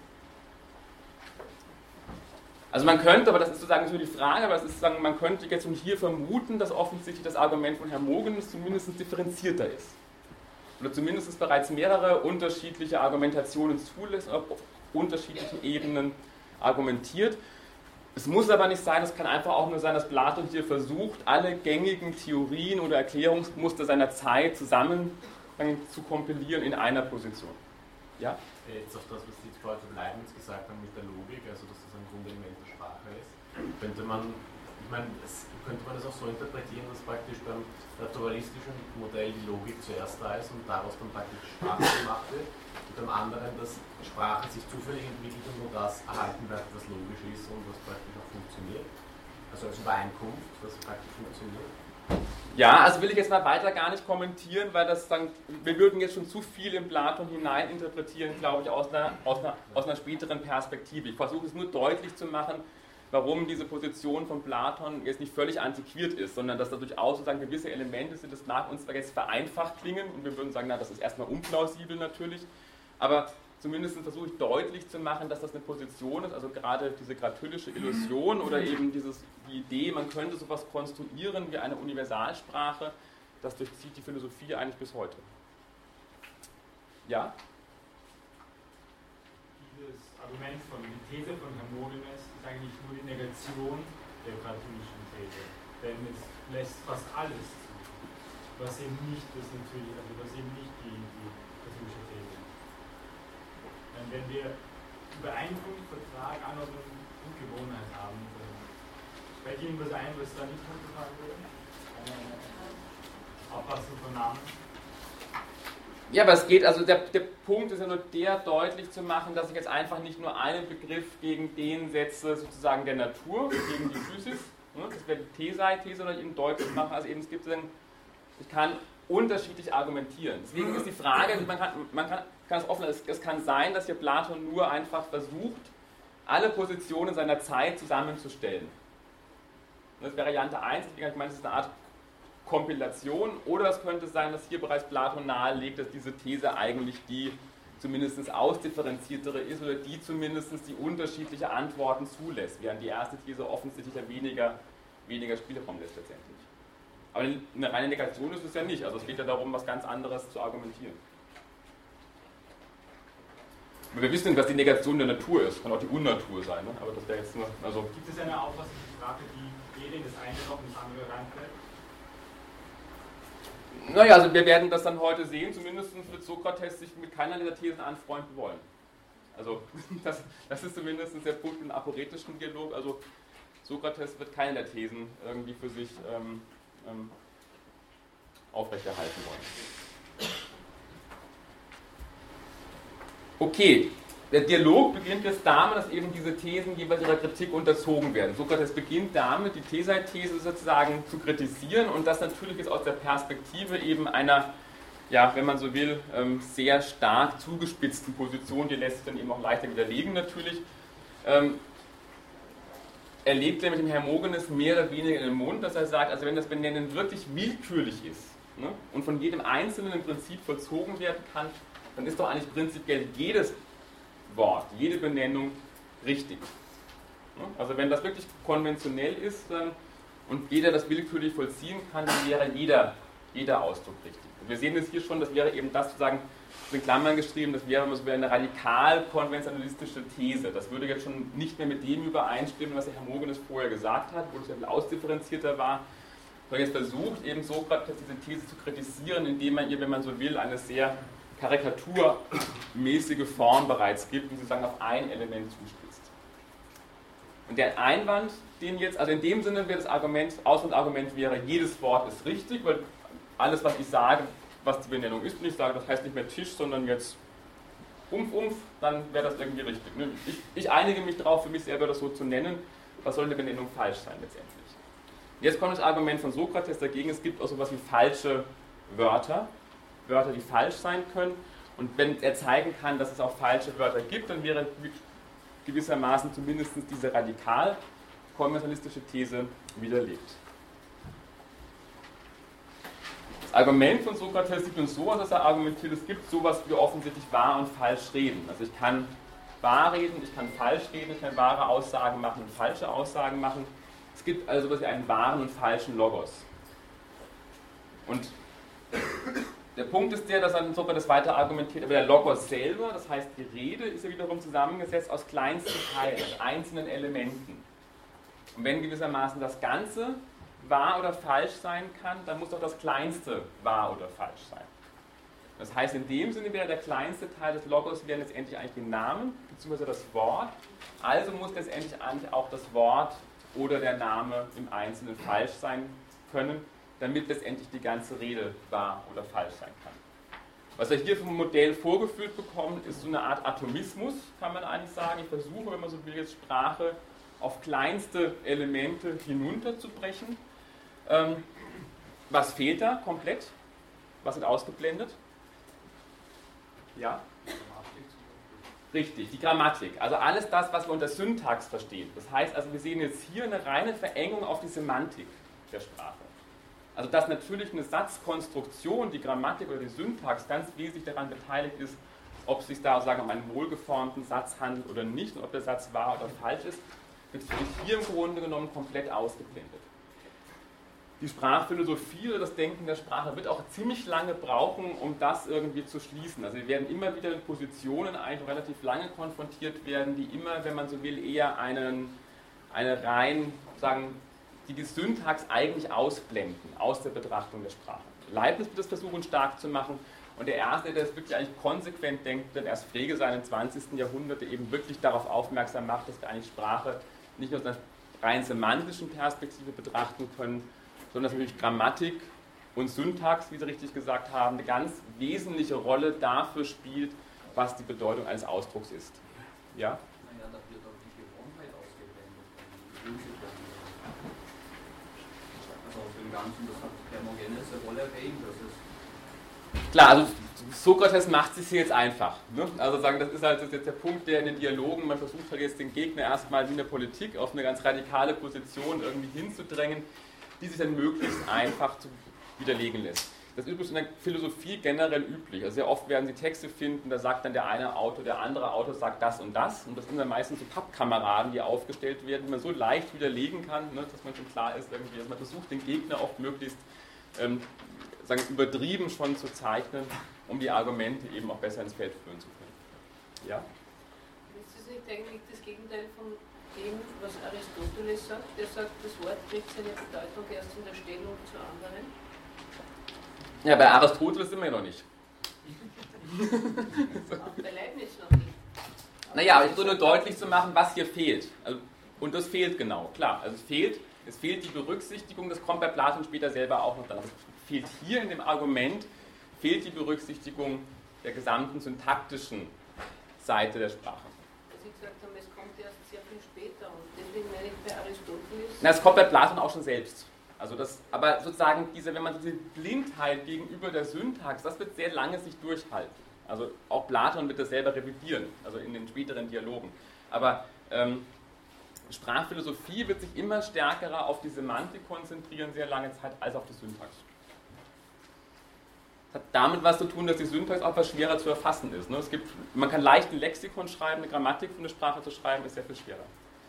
Also man könnte, aber das ist sozusagen so die Frage, aber das ist sozusagen, man könnte jetzt schon hier vermuten, dass offensichtlich das Argument von Hermogenes zumindest differenzierter ist. Oder zumindest bereits mehrere unterschiedliche Argumentationen zulässt, auf unterschiedlichen Ebenen argumentiert. Es muss aber nicht sein, es kann einfach auch nur sein, dass Platon hier versucht, alle gängigen Theorien oder Erklärungsmuster seiner Zeit zusammen zu kompilieren in einer Position. Ja? Jetzt auf das, was Sie vorher zu Leibniz gesagt haben mit der Logik, also dass das ein Grundelement der Sprache ist, könnte man Ich meine, könnte man das auch so interpretieren, dass praktisch beim naturalistischen Modell die Logik zuerst da ist und daraus dann praktisch Sprache gemacht wird, und beim anderen, dass Sprache sich zufällig entwickelt und nur das erhalten bleibt, was logisch ist und was praktisch auch funktioniert. Also als Übereinkunft, was praktisch funktioniert. Ja, also will ich jetzt mal weiter gar nicht kommentieren, weil das dann, wir würden jetzt schon zu viel in Platon hineininterpretieren, glaube ich, aus einer späteren Perspektive. Ich versuche es nur deutlich zu machen, warum diese Position von Platon jetzt nicht völlig antiquiert ist, sondern dass da durchaus sozusagen gewisse Elemente sind. Das mag uns zwar jetzt vereinfacht klingen und wir würden sagen, na, das ist erstmal unplausibel natürlich, aber zumindest versuche ich deutlich zu machen, dass das eine Position ist, also gerade diese gratülische Illusion oder eben die Idee, man könnte sowas konstruieren wie eine Universalsprache, das durchzieht die Philosophie eigentlich bis heute. Ja? Dieses Argument von die These von Hermogenes ist eigentlich nur die Negation der gratülischen These, denn es lässt fast alles zu, was eben nicht das natürlich, also was eben nicht die gratülische These ist. Wenn wir Übereinkunft, Vertrag, Anordnung und Gewohnheit haben, dann fällt irgendwas ein, was da nicht angefangen wurde? Abfassung von Namen? Ja, aber es geht, also der Punkt ist ja nur der, deutlich zu machen, dass ich jetzt einfach nicht nur einen Begriff gegen den setze, sozusagen der Natur, gegen die Physis, ne, das wäre die These, sondern eben deutlich machen, also eben es gibt dann, ich kann unterschiedlich argumentieren. Deswegen ist die Frage, man kann es offen, es kann sein, dass hier Platon nur einfach versucht, alle Positionen seiner Zeit zusammenzustellen. Das ist Variante 1, ich meine, das ist eine Art Kompilation, oder es könnte sein, dass hier bereits Platon nahelegt, dass diese These eigentlich die zumindest ausdifferenziertere ist oder die zumindest die unterschiedliche Antworten zulässt, während die erste These offensichtlich ja weniger Spielraum lässt letztendlich. Aber eine reine Negation ist es ja nicht, also es geht ja darum, was ganz anderes zu argumentieren. Aber wir wissen, was die Negation der Natur ist, kann auch die Unnatur sein, ne? Aber das wäre jetzt nur... Also gibt es eine Auffassungsfrage, die jede in das eine noch ins andere reinfällt? Naja, also wir werden das dann heute sehen, zumindest wird Sokrates sich mit keiner dieser Thesen anfreunden wollen. Also das ist zumindest der Punkt im aporetischen Dialog, also Sokrates wird keine der Thesen irgendwie für sich aufrechterhalten wollen. Okay, der Dialog beginnt jetzt damit, dass eben diese Thesen jeweils ihrer Kritik unterzogen werden. Sokrates beginnt damit, die These sozusagen zu kritisieren und das natürlich jetzt aus der Perspektive eben einer, ja, wenn man so will, sehr stark zugespitzten Position, die lässt sich dann eben auch leichter widerlegen natürlich. Er legt ja mit dem Hermogenes mehr oder weniger in den Mund, dass er sagt, also wenn das Benennen wirklich willkürlich ist, ne, und von jedem Einzelnen im Prinzip vollzogen werden kann, dann ist doch eigentlich prinzipiell jedes Wort, jede Benennung richtig. Also wenn das wirklich konventionell ist und jeder das willkürlich vollziehen kann, dann wäre jeder Ausdruck richtig. Und wir sehen es hier schon, das wäre eben das sozusagen, in Klammern geschrieben, das wäre eine radikal konventionalistische These. Das würde jetzt schon nicht mehr mit dem übereinstimmen, was der Hermogenes vorher gesagt hat, wo es ja viel ausdifferenzierter war. Sondern jetzt versucht eben Sokrates diese These zu kritisieren, indem man ihr, wenn man so will, eine sehr karikaturmäßige Form bereits gibt und sozusagen auf ein Element zuspitzt. Und der Einwand, den jetzt, also in dem Sinne wäre das Ausgangsargument wäre, jedes Wort ist richtig, weil alles, was ich sage, was die Benennung ist, und ich sage, das heißt nicht mehr Tisch, sondern jetzt dann wäre das irgendwie richtig. Ich einige mich darauf, für mich selber das so zu nennen, was soll eine Benennung falsch sein letztendlich. Jetzt kommt das Argument von Sokrates dagegen, es gibt auch sowas wie falsche Wörter, die falsch sein können. Und wenn er zeigen kann, dass es auch falsche Wörter gibt, dann wäre gewissermaßen zumindest diese radikal konventionalistische These widerlegt. Das Argument von Sokrates sieht uns so aus, dass er argumentiert, es gibt sowas wie offensichtlich wahr und falsch reden. Also ich kann wahr reden, ich kann falsch reden, ich kann wahre Aussagen machen und falsche Aussagen machen. Es gibt also sowas wie einen wahren und falschen Logos. Und der Punkt ist der, dass dann Sokrates weiter argumentiert, aber der Logos selber, das heißt die Rede, ist ja wiederum zusammengesetzt aus kleinsten Teilen, aus einzelnen Elementen. Und wenn gewissermaßen das Ganze wahr oder falsch sein kann, dann muss doch das Kleinste wahr oder falsch sein. Das heißt, in dem Sinne wäre der kleinste Teil des Logos wäre letztendlich eigentlich die Namen, beziehungsweise das Wort. Also muss letztendlich eigentlich auch das Wort oder der Name im Einzelnen falsch sein können, damit letztendlich die ganze Rede wahr oder falsch sein kann. Was wir hier vom Modell vorgeführt bekommen, ist so eine Art Atomismus, kann man eigentlich sagen. Ich versuche, wenn man so will, jetzt Sprache auf kleinste Elemente hinunterzubrechen. Was fehlt da komplett? Was wird ausgeblendet? Ja? Richtig, die Grammatik. Also alles das, was wir unter Syntax verstehen. Das heißt also, wir sehen jetzt hier eine reine Verengung auf die Semantik der Sprache. Also dass natürlich eine Satzkonstruktion, die Grammatik oder die Syntax ganz wesentlich daran beteiligt ist, ob es sich da sagen, um einen wohlgeformten Satz handelt oder nicht und ob der Satz wahr oder falsch ist, wird hier im Grunde genommen komplett ausgeblendet. Die Sprachphilosophie oder das Denken der Sprache wird auch ziemlich lange brauchen, um das irgendwie zu schließen. Also wir werden immer wieder mit Positionen eigentlich relativ lange konfrontiert werden, die immer, wenn man so will, eher eine rein, sagen, die Syntax eigentlich ausblenden aus der Betrachtung der Sprache. Leibniz wird das versuchen stark zu machen und der Erste, der das wirklich eigentlich konsequent denkt, wird erst Frege sein im 20. Jahrhundert, der eben wirklich darauf aufmerksam macht, dass wir eigentlich Sprache nicht nur aus einer rein semantischen Perspektive betrachten können, sondern dass natürlich Grammatik und Syntax, wie Sie richtig gesagt haben, eine ganz wesentliche Rolle dafür spielt, was die Bedeutung eines Ausdrucks ist. Ja? Naja, da wird auch die Gewohnheit ausgeblendet. Also für den Ganzen, das hat Hermogenes eine Rolle erwähnt, dass es... Klar, also Sokrates macht es hier jetzt einfach. Ne? Also sagen, das ist halt jetzt der Punkt, der in den Dialogen, man versucht halt jetzt den Gegner erstmal wie in der Politik auf eine ganz radikale Position irgendwie hinzudrängen, die sich dann möglichst einfach zu widerlegen lässt. Das ist übrigens in der Philosophie generell üblich. Also sehr oft werden Sie Texte finden, da sagt dann der eine Autor, der andere Autor sagt das. Und das sind dann meistens so Pappkameraden, die aufgestellt werden, die man so leicht widerlegen kann, ne, dass man schon klar ist, irgendwie, dass man versucht, den Gegner oft möglichst sagen, übertrieben schon zu zeichnen, um die Argumente eben auch besser ins Feld führen zu können. Ja? Das ist nicht eigentlich das Gegenteil von dem, was Aristoteles sagt. Der sagt, das Wort kriegt seine Bedeutung erst in der Stellung zu anderen. Ja, bei Aristoteles sind wir ja noch nicht. Auch bei Leibniz noch nicht. Naja, aber ich versuche nur deutlich zu machen, was hier fehlt. Also, und das fehlt genau, klar. Also es fehlt die Berücksichtigung, das kommt bei Platon später selber auch noch dran. Es fehlt hier in dem Argument, fehlt die Berücksichtigung der gesamten syntaktischen Seite der Sprache. Was ich gesagt habe, es kommt erst sehr viel später und deswegen meine ich bei Aristoteles... Na, es kommt bei Platon auch schon selbst. Also aber sozusagen wenn man diese Blindheit gegenüber der Syntax, das wird sehr lange sich durchhalten. Also auch Platon wird das selber revidieren, also in den späteren Dialogen. Aber Sprachphilosophie wird sich immer stärker auf die Semantik konzentrieren, sehr lange Zeit, als auf die Syntax. Das hat damit was zu tun, dass die Syntax auch was schwerer zu erfassen ist. Ne? Man kann leicht ein Lexikon schreiben, eine Grammatik für eine Sprache zu schreiben, ist sehr viel schwerer.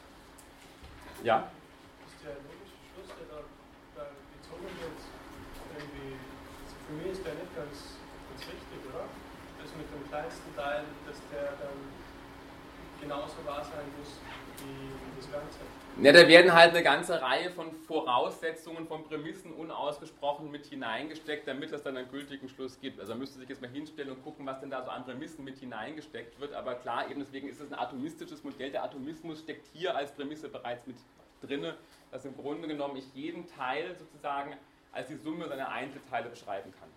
Ja? Ist der logische Schluss, der da gezogen wird, irgendwie, für mich ist der nicht ganz richtig, oder? Das mit dem kleinsten Teil, dass der dann genauso wahr sein muss wie das Ganze. Ja, da werden halt eine ganze Reihe von Voraussetzungen, von Prämissen unausgesprochen mit hineingesteckt, damit es dann einen gültigen Schluss gibt. Also man müsste sich jetzt mal hinstellen und gucken, was denn da so an Prämissen mit hineingesteckt wird. Aber klar, eben deswegen ist es ein atomistisches Modell. Der Atomismus steckt hier als Prämisse bereits mit drin, dass im Grunde genommen ich jeden Teil sozusagen als die Summe seiner Einzelteile beschreiben kann.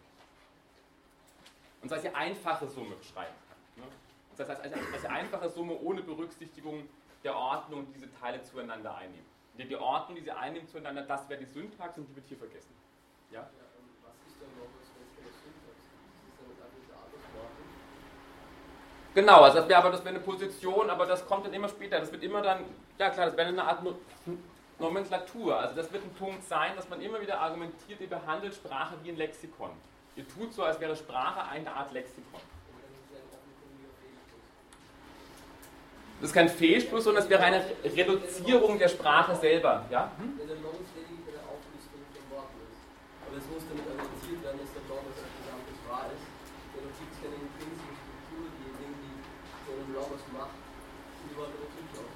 Und das heißt, die einfache Summe beschreiben kann. Ne? Das heißt, als die einfache Summe ohne Berücksichtigung der Ordnung diese Teile zueinander einnehmen. Die Ordnung, die sie einnehmen zueinander, das wäre die Syntax und die wird hier vergessen. Ja? Was ist denn noch das keine Syntax? Ist das dann mit Arbeitsworten? Genau, also das wäre eine Position, aber das kommt dann immer später. Das wird immer dann, ja klar, das wäre eine Art Nomenklatur. Also das wird ein Punkt sein, dass man immer wieder argumentiert, ihr behandelt Sprache wie ein Lexikon. Ihr tut so, als wäre Sprache eine Art Lexikon. Das ist kein Fehlschluss, sondern es wäre eine Reduzierung der Sprache selber. Ja? Wenn der Nonce lediglich eine Auflistung von Worten ist. Aber es muss damit analysiert werden, dass der Logos ein gesamtes wahr ist. Denn es gibt keine intrinsische Struktur, die irgendwie so einen Logos macht, und die Worte natürlich auch.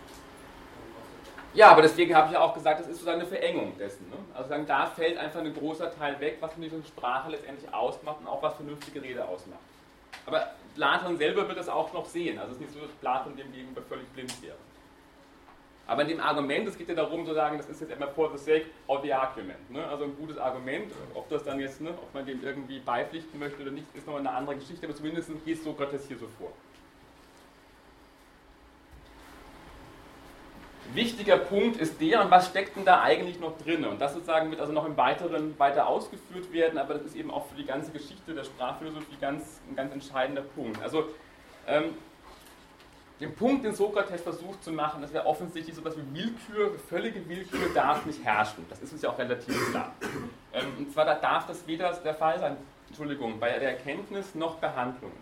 Ja, aber deswegen habe ich ja auch gesagt, das ist sozusagen eine Verengung dessen. Ne? Also da fällt einfach ein großer Teil weg, was diese Sprache letztendlich ausmacht und auch was vernünftige Rede ausmacht. Aber Platon selber wird das auch noch sehen. Also es ist nicht so, dass Platon dem gegenüber völlig blind wäre. Aber in dem Argument, es geht ja darum zu sagen, das ist jetzt immer for the sake of the argument. Ne? Also ein gutes Argument, ob das dann jetzt, ne, ob man dem irgendwie beipflichten möchte oder nicht, ist nochmal eine andere Geschichte, aber zumindest geht Sokrates hier so vor. Wichtiger Punkt ist der, und was steckt denn da eigentlich noch drin? Und das sozusagen wird also noch im Weiteren weiter ausgeführt werden, aber das ist eben auch für die ganze Geschichte der Sprachphilosophie ein ganz entscheidender Punkt. Also den Punkt, den Sokrates versucht zu machen, das wäre offensichtlich so etwas wie Willkür, völlige Willkür darf nicht herrschen. Das ist uns ja auch relativ klar. Und zwar darf das weder der Fall sein, bei der Erkenntnis noch bei Handlungen.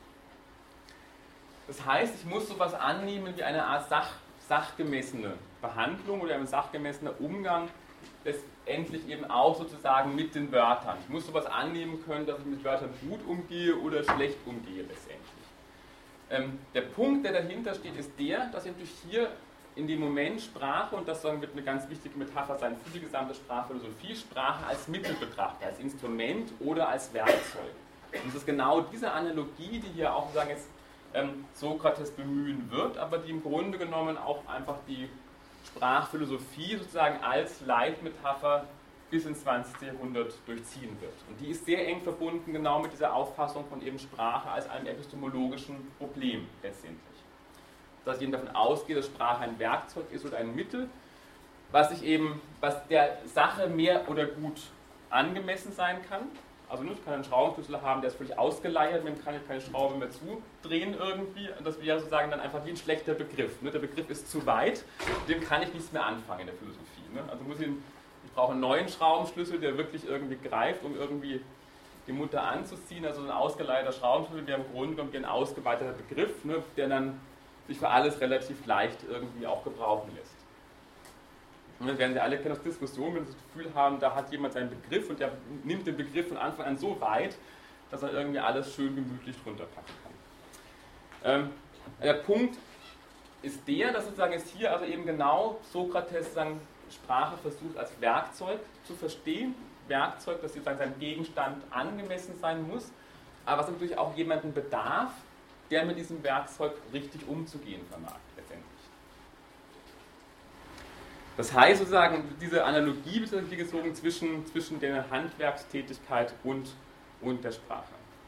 Das heißt, ich muss sowas annehmen wie eine Art sachgemessene Behandlung oder ein sachgemessener Umgang, letztendlich eben auch sozusagen mit den Wörtern. Ich muss sowas annehmen können, dass ich mit Wörtern gut umgehe oder schlecht umgehe letztendlich. Der Punkt, der dahinter steht, ist der, dass ich natürlich hier in dem Moment Sprache, und das wird eine ganz wichtige Metapher sein für die gesamte Sprachphilosophie, Sprache als Mittel betrachte, als Instrument oder als Werkzeug. Und es ist genau diese Analogie, die hier auch sozusagen jetzt Sokrates bemühen wird, aber die im Grunde genommen auch einfach die Sprachphilosophie sozusagen als Leitmetapher bis ins 20. Jahrhundert durchziehen wird. Und die ist sehr eng verbunden genau mit dieser Auffassung von eben Sprache als einem epistemologischen Problem letztendlich. Dass ich eben davon ausgehe, dass Sprache ein Werkzeug ist oder ein Mittel, was der Sache mehr oder gut angemessen sein kann. Also ich kann einen Schraubenschlüssel haben, der ist völlig ausgeleiert, mit dem kann ich keine Schraube mehr zudrehen irgendwie. Das wäre sozusagen dann einfach wie ein schlechter Begriff. Der Begriff ist zu weit, mit dem kann ich nichts mehr anfangen in der Philosophie. Also ich brauche einen neuen Schraubenschlüssel, der wirklich irgendwie greift, um irgendwie die Mutter anzuziehen. Also ein ausgeleierter Schraubenschlüssel wäre im Grunde genommen ein ausgeweiteter Begriff, der dann sich für alles relativ leicht irgendwie auch gebrauchen lässt. Und das werden Sie alle kennen aus Diskussionen, wenn Sie das Gefühl haben, da hat jemand seinen Begriff und der nimmt den Begriff von Anfang an so weit, dass er irgendwie alles schön gemütlich drunter packen kann. Der Punkt ist der, dass sozusagen es hier also eben genau Sokrates sozusagen Sprache versucht als Werkzeug zu verstehen, Werkzeug, das sozusagen seinem Gegenstand angemessen sein muss, aber was natürlich auch jemanden bedarf, der mit diesem Werkzeug richtig umzugehen vermag, letztendlich. Das heißt sozusagen, diese Analogie wird hier gezogen zwischen der Handwerkstätigkeit und der Sprache.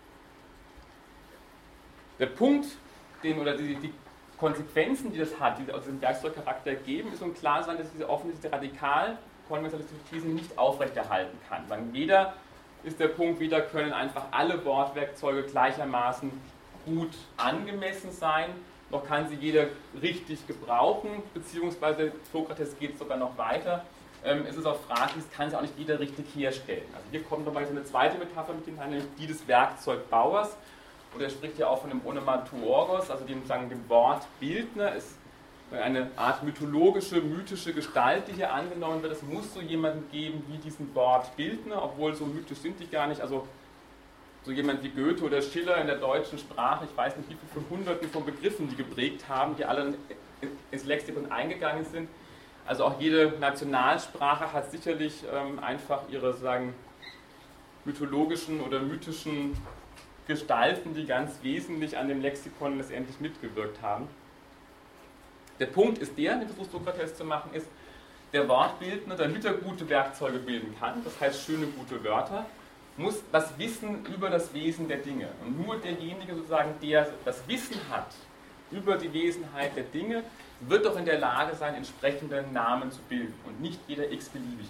Der Punkt, die Konsequenzen, die das hat, die aus diesem Werkzeugcharakter ergeben, ist klar sein, dass diese offensichtliche radikal-konventionalistische These nicht aufrechterhalten kann. Weder ist der Punkt, weder können einfach alle Wortwerkzeuge gleichermaßen gut angemessen sein, noch kann sie jeder richtig gebrauchen, beziehungsweise Sokrates geht sogar noch weiter. Es ist auch fraglich, kann sie auch nicht jeder richtig herstellen. Also hier kommt nochmal so eine zweite Metapher mit hinein, nämlich die des Werkzeugbauers. Und er spricht ja auch von dem Onomatourgos, also dem Wortbildner. Es ist eine Art mythische Gestalt, die hier angenommen wird. Es muss so jemanden geben wie diesen Wortbildner, obwohl so mythisch sind die gar nicht. Also so jemand wie Goethe oder Schiller in der deutschen Sprache, ich weiß nicht, wie viele von Hunderten von Begriffen die geprägt haben, die alle ins Lexikon eingegangen sind. Also auch jede Nationalsprache hat sicherlich einfach ihre sozusagen mythologischen oder mythischen Gestalten, die ganz wesentlich an dem Lexikon letztendlich mitgewirkt haben. Der Punkt ist den versucht Sokrates zu machen, ist, der Wortbildner, damit er gute Werkzeuge bilden kann, das heißt schöne, gute Wörter, muss was wissen über das Wesen der Dinge. Und nur derjenige sozusagen, der das Wissen hat über die Wesenheit der Dinge, wird doch in der Lage sein, entsprechende Namen zu bilden und nicht jeder x-beliebige.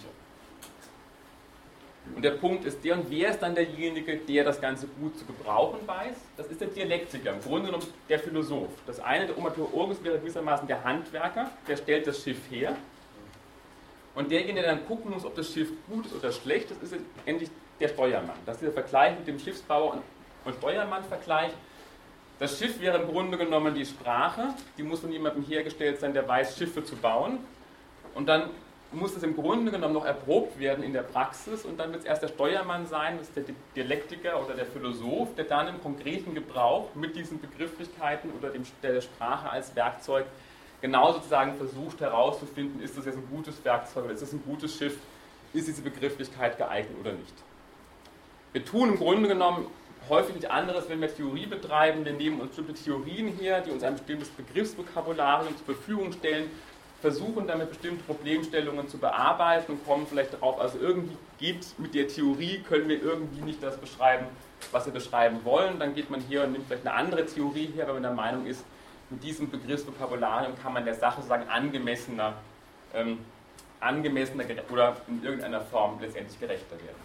Und der Punkt ist der, und wer ist dann derjenige, der das Ganze gut zu gebrauchen weiß? Das ist der Dialektiker, im Grunde genommen der Philosoph. Das eine, der Onomatourgos, wäre gewissermaßen der Handwerker, der stellt das Schiff her. Und derjenige, der dann gucken muss, ob das Schiff gut ist oder schlecht, das ist endlich der Steuermann. Das ist der Vergleich mit dem Schiffsbauer und Steuermann-Vergleich. Das Schiff wäre im Grunde genommen die Sprache, die muss von jemandem hergestellt sein, der weiß, Schiffe zu bauen. Und dann muss es im Grunde genommen noch erprobt werden in der Praxis und dann wird es erst der Steuermann sein, das ist der Dialektiker oder der Philosoph, der dann im konkreten Gebrauch mit diesen Begrifflichkeiten oder der Sprache als Werkzeug genau sozusagen versucht herauszufinden, ist das jetzt ein gutes Werkzeug oder ist das ein gutes Schiff, ist diese Begrifflichkeit geeignet oder nicht. Wir tun im Grunde genommen häufig nichts anderes, wenn wir Theorie betreiben. Wir nehmen uns bestimmte Theorien her, die uns ein bestimmtes Begriffsvokabularium zur Verfügung stellen, versuchen damit bestimmte Problemstellungen zu bearbeiten und kommen vielleicht darauf, also irgendwie geht mit der Theorie, können wir irgendwie nicht das beschreiben, was wir beschreiben wollen. Dann geht man hier und nimmt vielleicht eine andere Theorie her, weil man der Meinung ist, mit diesem Begriffsvokabularium kann man der Sache sozusagen angemessener oder in irgendeiner Form letztendlich gerechter werden.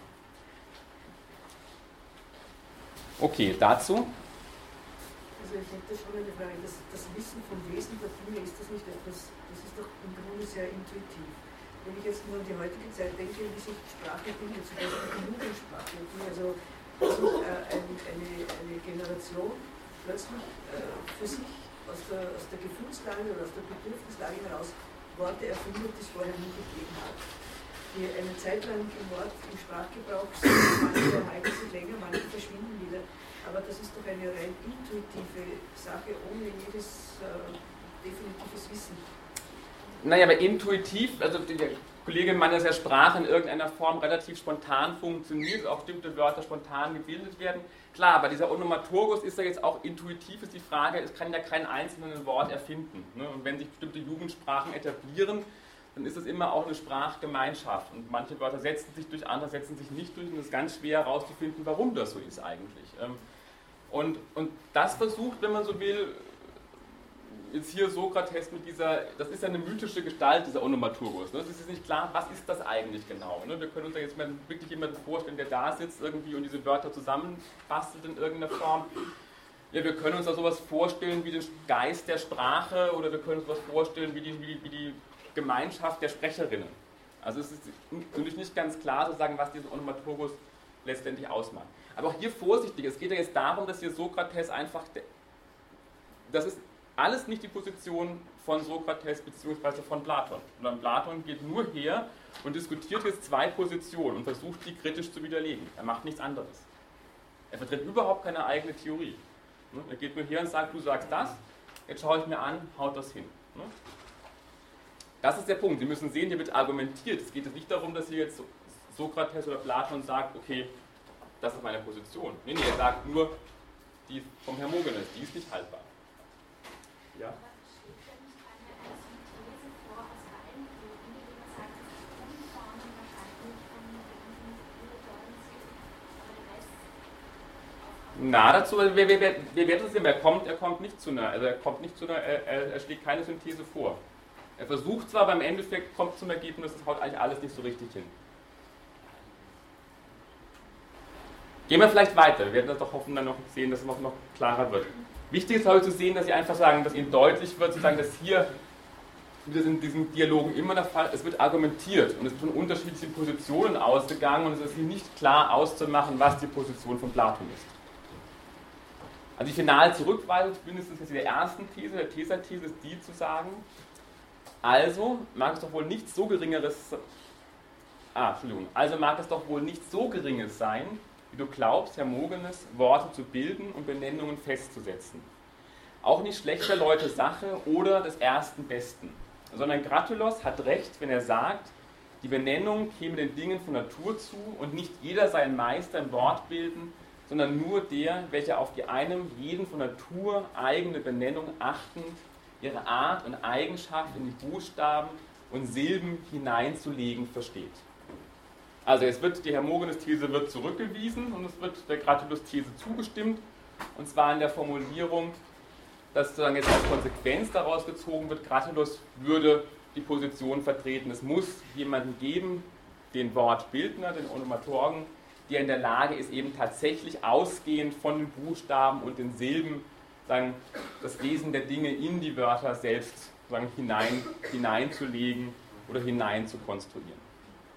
Okay, dazu? Also ich hätte schon eine Frage, das Wissen vom Wesen der Dinge, ist das nicht etwas, das ist doch im Grunde sehr intuitiv. Wenn ich jetzt nur an die heutige Zeit denke, wie sich Sprache bildet, zum Beispiel die Jugendsprache, also eine Generation plötzlich für sich aus der Gefühlslage oder aus der Bedürfnislage heraus Worte erfindet, die es vorher nie gegeben hat. Die eine Zeit lang im Wort, im Sprachgebrauch sind, manche erhalten sich länger, manche verschwinden wieder. Aber das ist doch eine rein intuitive Sache, ohne jedes definitives Wissen. Naja, aber intuitiv, also der Kollege meint, dass ja Sprache in irgendeiner Form relativ spontan funktioniert, auch bestimmte Wörter spontan gebildet werden. Klar, aber dieser Onomaturgus ist ja jetzt auch intuitiv, ist die Frage, es kann ja kein einzelnes Wort erfinden. Ne? Und wenn sich bestimmte Jugendsprachen etablieren, dann ist es immer auch eine Sprachgemeinschaft. Und manche Wörter setzen sich durch, andere setzen sich nicht durch. Und es ist ganz schwer herauszufinden, warum das so ist eigentlich. Und das versucht, wenn man so will, jetzt hier Sokrates mit dieser, das ist ja eine mythische Gestalt, dieser Onomaturgus. Ne? Es ist nicht klar, was ist das eigentlich genau. Ne? Wir können uns ja jetzt mal wirklich jemanden vorstellen, der da sitzt irgendwie und diese Wörter zusammenbastelt in irgendeiner Form. Ja, wir können uns da sowas vorstellen wie den Geist der Sprache oder wir können uns was vorstellen wie die Gemeinschaft der Sprecherinnen. Also es ist natürlich nicht ganz klar zu sagen, was diesen Onomaturgus letztendlich ausmacht. Aber auch hier vorsichtig, es geht ja jetzt darum, dass hier Sokrates einfach, das ist alles nicht die Position von Sokrates bzw. von Platon. Sondern Platon geht nur her und diskutiert jetzt zwei Positionen und versucht die kritisch zu widerlegen. Er macht nichts anderes. Er vertritt überhaupt keine eigene Theorie. Er geht nur her und sagt, du sagst das, jetzt schaue ich mir an, haut das hin. Das ist der Punkt. Sie müssen sehen, hier wird argumentiert. Es geht jetzt nicht darum, dass hier jetzt Sokrates oder Platon sagt, okay, das ist meine Position. Nee, er sagt nur, die vom Hermogenes, die ist nicht haltbar. Ja? Na, dazu, wer wird es sehen? Er kommt nicht zu einer, er schlägt keine Synthese vor. Er versucht zwar, aber im Endeffekt kommt zum Ergebnis, das haut eigentlich alles nicht so richtig hin. Gehen wir vielleicht weiter, wir werden das doch hoffen, dann noch sehen, dass es noch klarer wird. Wichtig ist heute zu sehen, dass Sie einfach sagen, dass Ihnen deutlich wird, sozusagen, dass hier, wie das in diesen Dialogen immer der Fall ist, es wird argumentiert und es wird von unterschiedlichen Positionen ausgegangen und es ist hier nicht klar auszumachen, was die Position von Platon ist. Also die finale Zurückweisung, mindestens jetzt der ersten These, der Theserthese, ist die zu sagen, also mag es doch wohl nichts so Geringeres sein, wie du glaubst, Hermogenes, Worte zu bilden und Benennungen festzusetzen. Auch nicht schlechter Leute Sache oder des ersten Besten, sondern Gratulos hat recht, wenn er sagt, die Benennung käme den Dingen von Natur zu und nicht jeder sei ein Meister im Wortbilden, sondern nur der, welcher auf die einem jeden von Natur eigene Benennung achtend, ihre Art und Eigenschaft in die Buchstaben und Silben hineinzulegen versteht. Also es wird, die Hermogenes-These wird zurückgewiesen und es wird der Gratulus-These zugestimmt, und zwar in der Formulierung, dass sozusagen jetzt als Konsequenz daraus gezogen wird, Gratulus würde die Position vertreten, es muss jemanden geben, den Wortbildner, den Onomatorgen, der in der Lage ist, eben tatsächlich ausgehend von den Buchstaben und den Silben sagen, das Wesen der Dinge in die Wörter selbst sagen, hineinzulegen oder hinein zu konstruieren.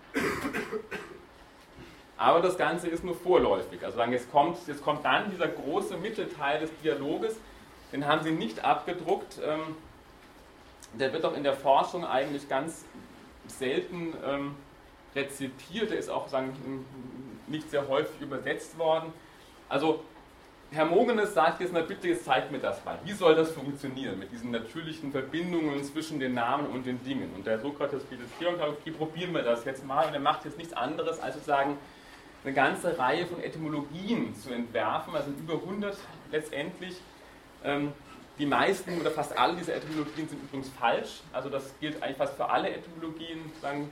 Aber das Ganze ist nur vorläufig. Also jetzt kommt dann dieser große Mittelteil des Dialoges, den haben Sie nicht abgedruckt. Der wird auch in der Forschung eigentlich ganz selten rezipiert. Der ist auch nicht sehr häufig übersetzt worden. Also Hermogenes sagt jetzt, na bitte, jetzt zeigt mir das mal. Wie soll das funktionieren mit diesen natürlichen Verbindungen zwischen den Namen und den Dingen? Und der Sokrates geht jetzt hier und sagt, okay, probieren wir das jetzt mal. Und er macht jetzt nichts anderes, als sozusagen eine ganze Reihe von Etymologien zu entwerfen, also über 100 letztendlich, Die meisten oder fast alle dieser Etymologien sind übrigens falsch. Also das gilt eigentlich fast für alle Etymologien. Sagen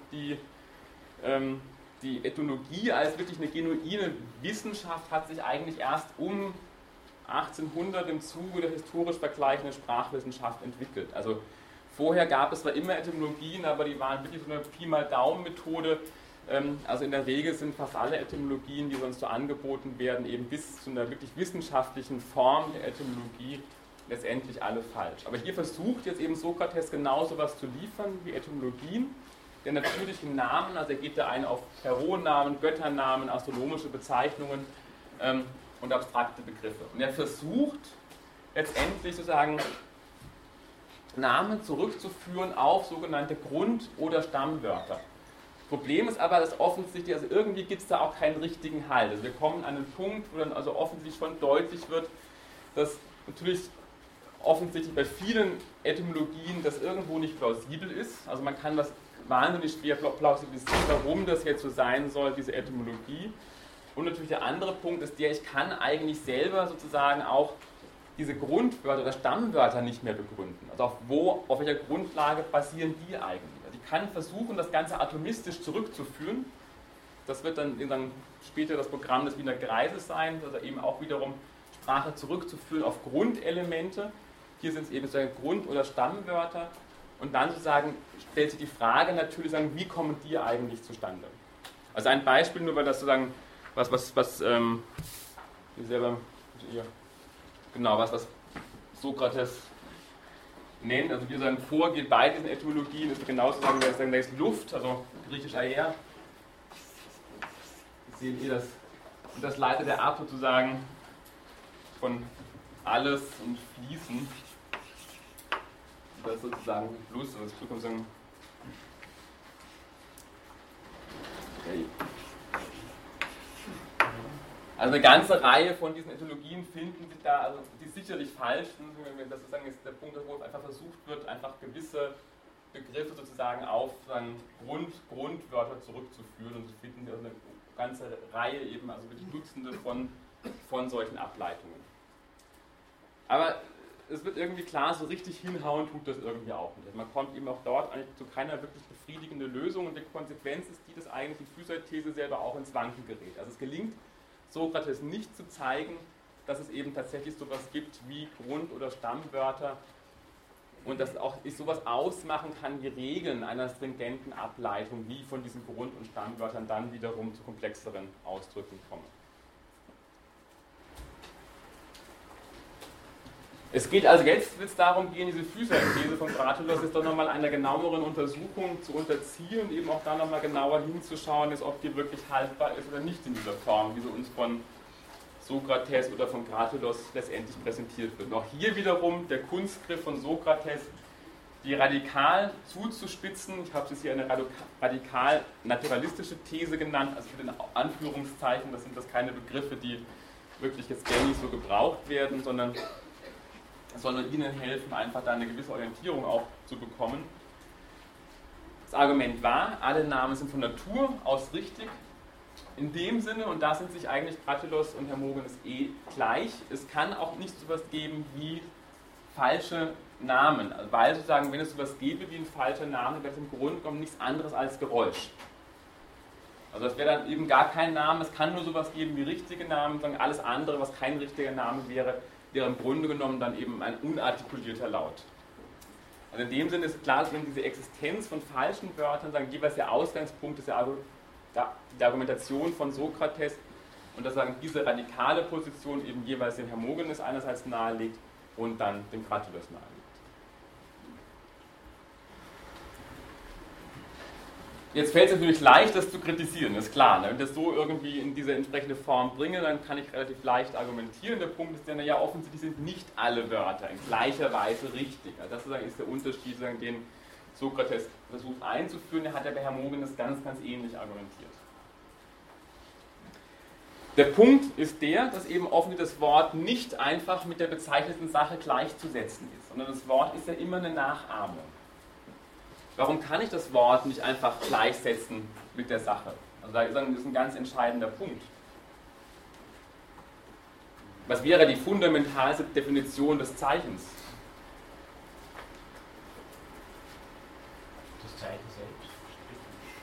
die Ethnologie als wirklich eine genuine Wissenschaft hat sich eigentlich erst um 1800 im Zuge der historisch vergleichenden Sprachwissenschaft entwickelt. Also vorher gab es zwar immer Etymologien, aber die waren wirklich so eine Pi-mal-Daumen-Methode. Also in der Regel sind fast alle Etymologien, die sonst so angeboten werden, eben bis zu einer wirklich wissenschaftlichen Form der Etymologie letztendlich alle falsch. Aber hier versucht jetzt eben Sokrates genauso was zu liefern wie Etymologien der natürlichen Namen, also er geht da ein auf Personennamen, Götternamen, astronomische Bezeichnungen und abstrakte Begriffe. Und er versucht letztendlich sozusagen Namen zurückzuführen auf sogenannte Grund- oder Stammwörter. Das Problem ist aber, dass offensichtlich, also irgendwie gibt es da auch keinen richtigen Halt. Also wir kommen an einen Punkt, wo dann also offensichtlich schon deutlich wird, dass natürlich offensichtlich bei vielen Etymologien das irgendwo nicht plausibel ist. Also man kann das wahnsinnig schwer plausibilisieren, warum das jetzt so sein soll, diese Etymologie. Und natürlich der andere Punkt ist der, ich kann eigentlich selber sozusagen auch diese Grundwörter oder Stammwörter nicht mehr begründen. Also auf welcher Grundlage basieren die eigentlich? Also ich kann versuchen, das Ganze atomistisch zurückzuführen. Das wird dann später das Programm des Wiener Kreises sein, also eben auch wiederum Sprache zurückzuführen auf Grundelemente. Hier sind es eben sozusagen Grund- oder Stammwörter. Und dann sozusagen stellt sich die Frage natürlich, wie kommen die eigentlich zustande? Also ein Beispiel, nur weil das sozusagen was Sokrates nennt, also wir sagen, vorgeht bei diesen Etymologien, ist genauso sagen, da ist Luft, also griechisch Aer, seht ihr das, und das leitet er ab sozusagen von alles und Fließen. Das ist sozusagen Plus, also das bekommt sagen. Okay. Also eine ganze Reihe von diesen Etymologien finden sich da, also die sicherlich falsch sind. Das sozusagen ist der Punkt, wo einfach versucht wird, einfach gewisse Begriffe sozusagen auf Grundwörter zurückzuführen. Und Sie finden also eine ganze Reihe eben, also wirklich Dutzende von solchen Ableitungen. Aber es wird irgendwie klar, so richtig hinhauen tut das irgendwie auch nicht. Man kommt eben auch dort eigentlich zu keiner wirklich befriedigenden Lösung und die Konsequenz ist die, dass eigentlich die Physeithese selber auch ins Wanken gerät. Also es gelingt Sokrates nicht zu zeigen, dass es eben tatsächlich sowas gibt wie Grund- oder Stammwörter und dass auch ich sowas ausmachen kann wie Regeln einer stringenten Ableitung, wie von diesen Grund- und Stammwörtern dann wiederum zu komplexeren Ausdrücken kommen. Es geht also jetzt, wird es darum gehen, diese Physeithese von Kratilos jetzt doch nochmal einer genaueren Untersuchung zu unterziehen und eben auch da nochmal genauer hinzuschauen, ob die wirklich haltbar ist oder nicht in dieser Form, wie sie uns von Sokrates oder von Kratilos letztendlich präsentiert wird. Und auch hier wiederum der Kunstgriff von Sokrates, die radikal zuzuspitzen. Ich habe es hier eine radikal naturalistische These genannt, also mit den Anführungszeichen, das sind keine Begriffe, die wirklich jetzt gängig so gebraucht werden, sondern ihnen helfen, einfach da eine gewisse Orientierung auch zu bekommen. Das Argument war, alle Namen sind von Natur aus richtig. In dem Sinne, und da sind sich eigentlich Kratilos und Hermogenes gleich, es kann auch nicht so etwas geben wie falsche Namen. Weil sozusagen, wenn es so etwas gäbe wie ein falscher Name, wäre es im Grunde genommen nichts anderes als Geräusch. Also es wäre dann eben gar kein Name, es kann nur so etwas geben wie richtige Namen, sondern alles andere, was kein richtiger Name wäre, wäre im Grunde genommen dann eben ein unartikulierter Laut. Also in dem Sinne ist klar, dass diese Existenz von falschen Wörtern sagen, jeweils der Ausgangspunkt ist die Argumentation von Sokrates und dass sagen, diese radikale Position eben jeweils dem Hermogenes einerseits nahelegt und dann dem Kratilos nahelegt. Jetzt fällt es natürlich leicht, das zu kritisieren, ist klar. Ne? Wenn ich das so irgendwie in diese entsprechende Form bringe, dann kann ich relativ leicht argumentieren. Der Punkt ist ja, offensichtlich sind nicht alle Wörter in gleicher Weise richtig. Also das sozusagen ist der Unterschied, den Sokrates versucht einzuführen. Der hat ja bei Hermogenes ganz, ganz ähnlich argumentiert. Der Punkt ist der, dass eben offensichtlich das Wort nicht einfach mit der bezeichneten Sache gleichzusetzen ist, sondern das Wort ist ja immer eine Nachahmung. Warum kann ich das Wort nicht einfach gleichsetzen mit der Sache? Also das ist ein ganz entscheidender Punkt. Was wäre die fundamentalste Definition des Zeichens?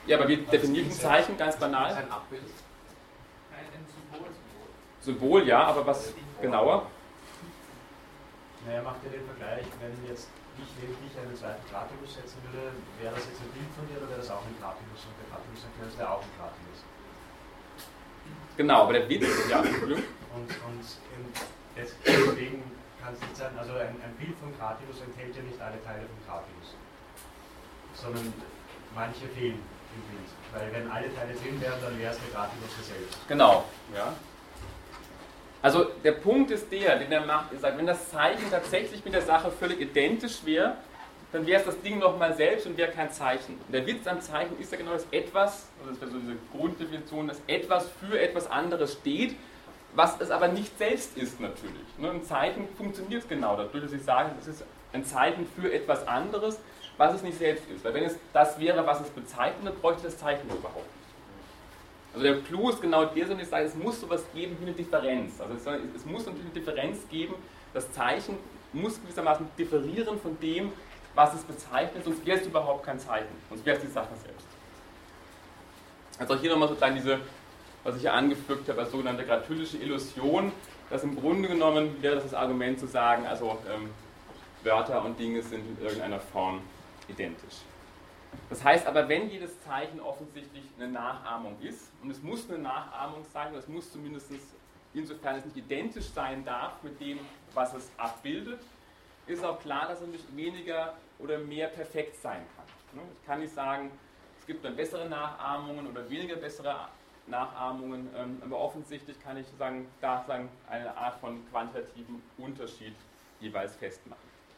Ja, aber wir definieren ein Zeichen ganz banal. Ein Abbild. Ein Symbol. Symbol, ja, aber was genauer? Naja, macht ja den Vergleich, wenn jetzt ich neben dich einen zweiten Gratilus setzen würde, wäre das jetzt ein Bild von dir oder wäre das auch ein Gratilus? Und der Gratilus erklärt, das wäre auch ein Gratilus. Genau, aber der Witz, ja, Glück. Und deswegen kann es nicht sein, also ein Bild von Gratilus enthält ja nicht alle Teile von Gratilus, sondern manche fehlen im Bild. Weil wenn alle Teile drin wären, dann wäre es der Gratilus selbst. Genau, ja. Also der Punkt ist der, den er macht, er sagt, wenn das Zeichen tatsächlich mit der Sache völlig identisch wäre, dann wäre es das Ding nochmal selbst und wäre kein Zeichen. Und der Witz am Zeichen ist ja genau, dass etwas, also das wäre so diese Grunddefinition, dass etwas für etwas anderes steht, was es aber nicht selbst ist natürlich. Ein Zeichen funktioniert genau dadurch, dass ich sage, es ist ein Zeichen für etwas anderes, was es nicht selbst ist. Weil wenn es das wäre, was es bezeichnet, dann bräuchte das Zeichen überhaupt nicht. Also der Clou ist genau der, dass ich sage, es muss sowas geben wie eine Differenz. Also es muss natürlich eine Differenz geben, das Zeichen muss gewissermaßen differieren von dem, was es bezeichnet, sonst wäre es überhaupt kein Zeichen, sonst wäre es die Sache selbst. Also auch hier nochmal sozusagen diese, was ich ja angefügt habe, als sogenannte gratulische Illusion, dass im Grunde genommen wäre das Argument zu sagen, also Wörter und Dinge sind in irgendeiner Form identisch. Das heißt aber, wenn jedes Zeichen offensichtlich eine Nachahmung ist, und es muss eine Nachahmung sein, oder es muss zumindest, insofern es nicht identisch sein darf mit dem, was es abbildet, ist auch klar, dass es nicht weniger oder mehr perfekt sein kann. Ich kann nicht sagen, es gibt dann bessere Nachahmungen oder weniger bessere Nachahmungen, aber offensichtlich kann ich da eine Art von quantitativen Unterschied jeweils festmachen.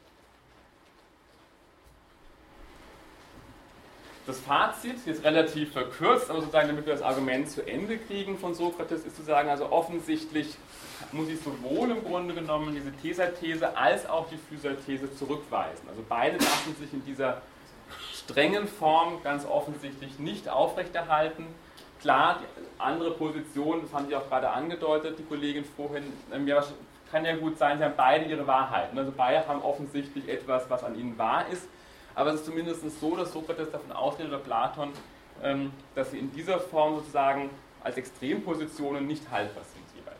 Das Fazit, jetzt relativ verkürzt, aber sozusagen, damit wir das Argument zu Ende kriegen von Sokrates, ist zu sagen, also offensichtlich muss ich sowohl im Grunde genommen diese Theser-These als auch die Physer-These zurückweisen. Also beide lassen sich in dieser strengen Form ganz offensichtlich nicht aufrechterhalten. Klar, die andere Position, das haben Sie auch gerade angedeutet, die Kollegin vorhin, kann ja gut sein, sie haben beide ihre Wahrheiten. Also beide haben offensichtlich etwas, was an ihnen wahr ist. Aber es ist zumindest so, dass Sokrates davon ausgeht, oder Platon, dass sie in dieser Form sozusagen als Extrempositionen nicht haltbar sind jeweils.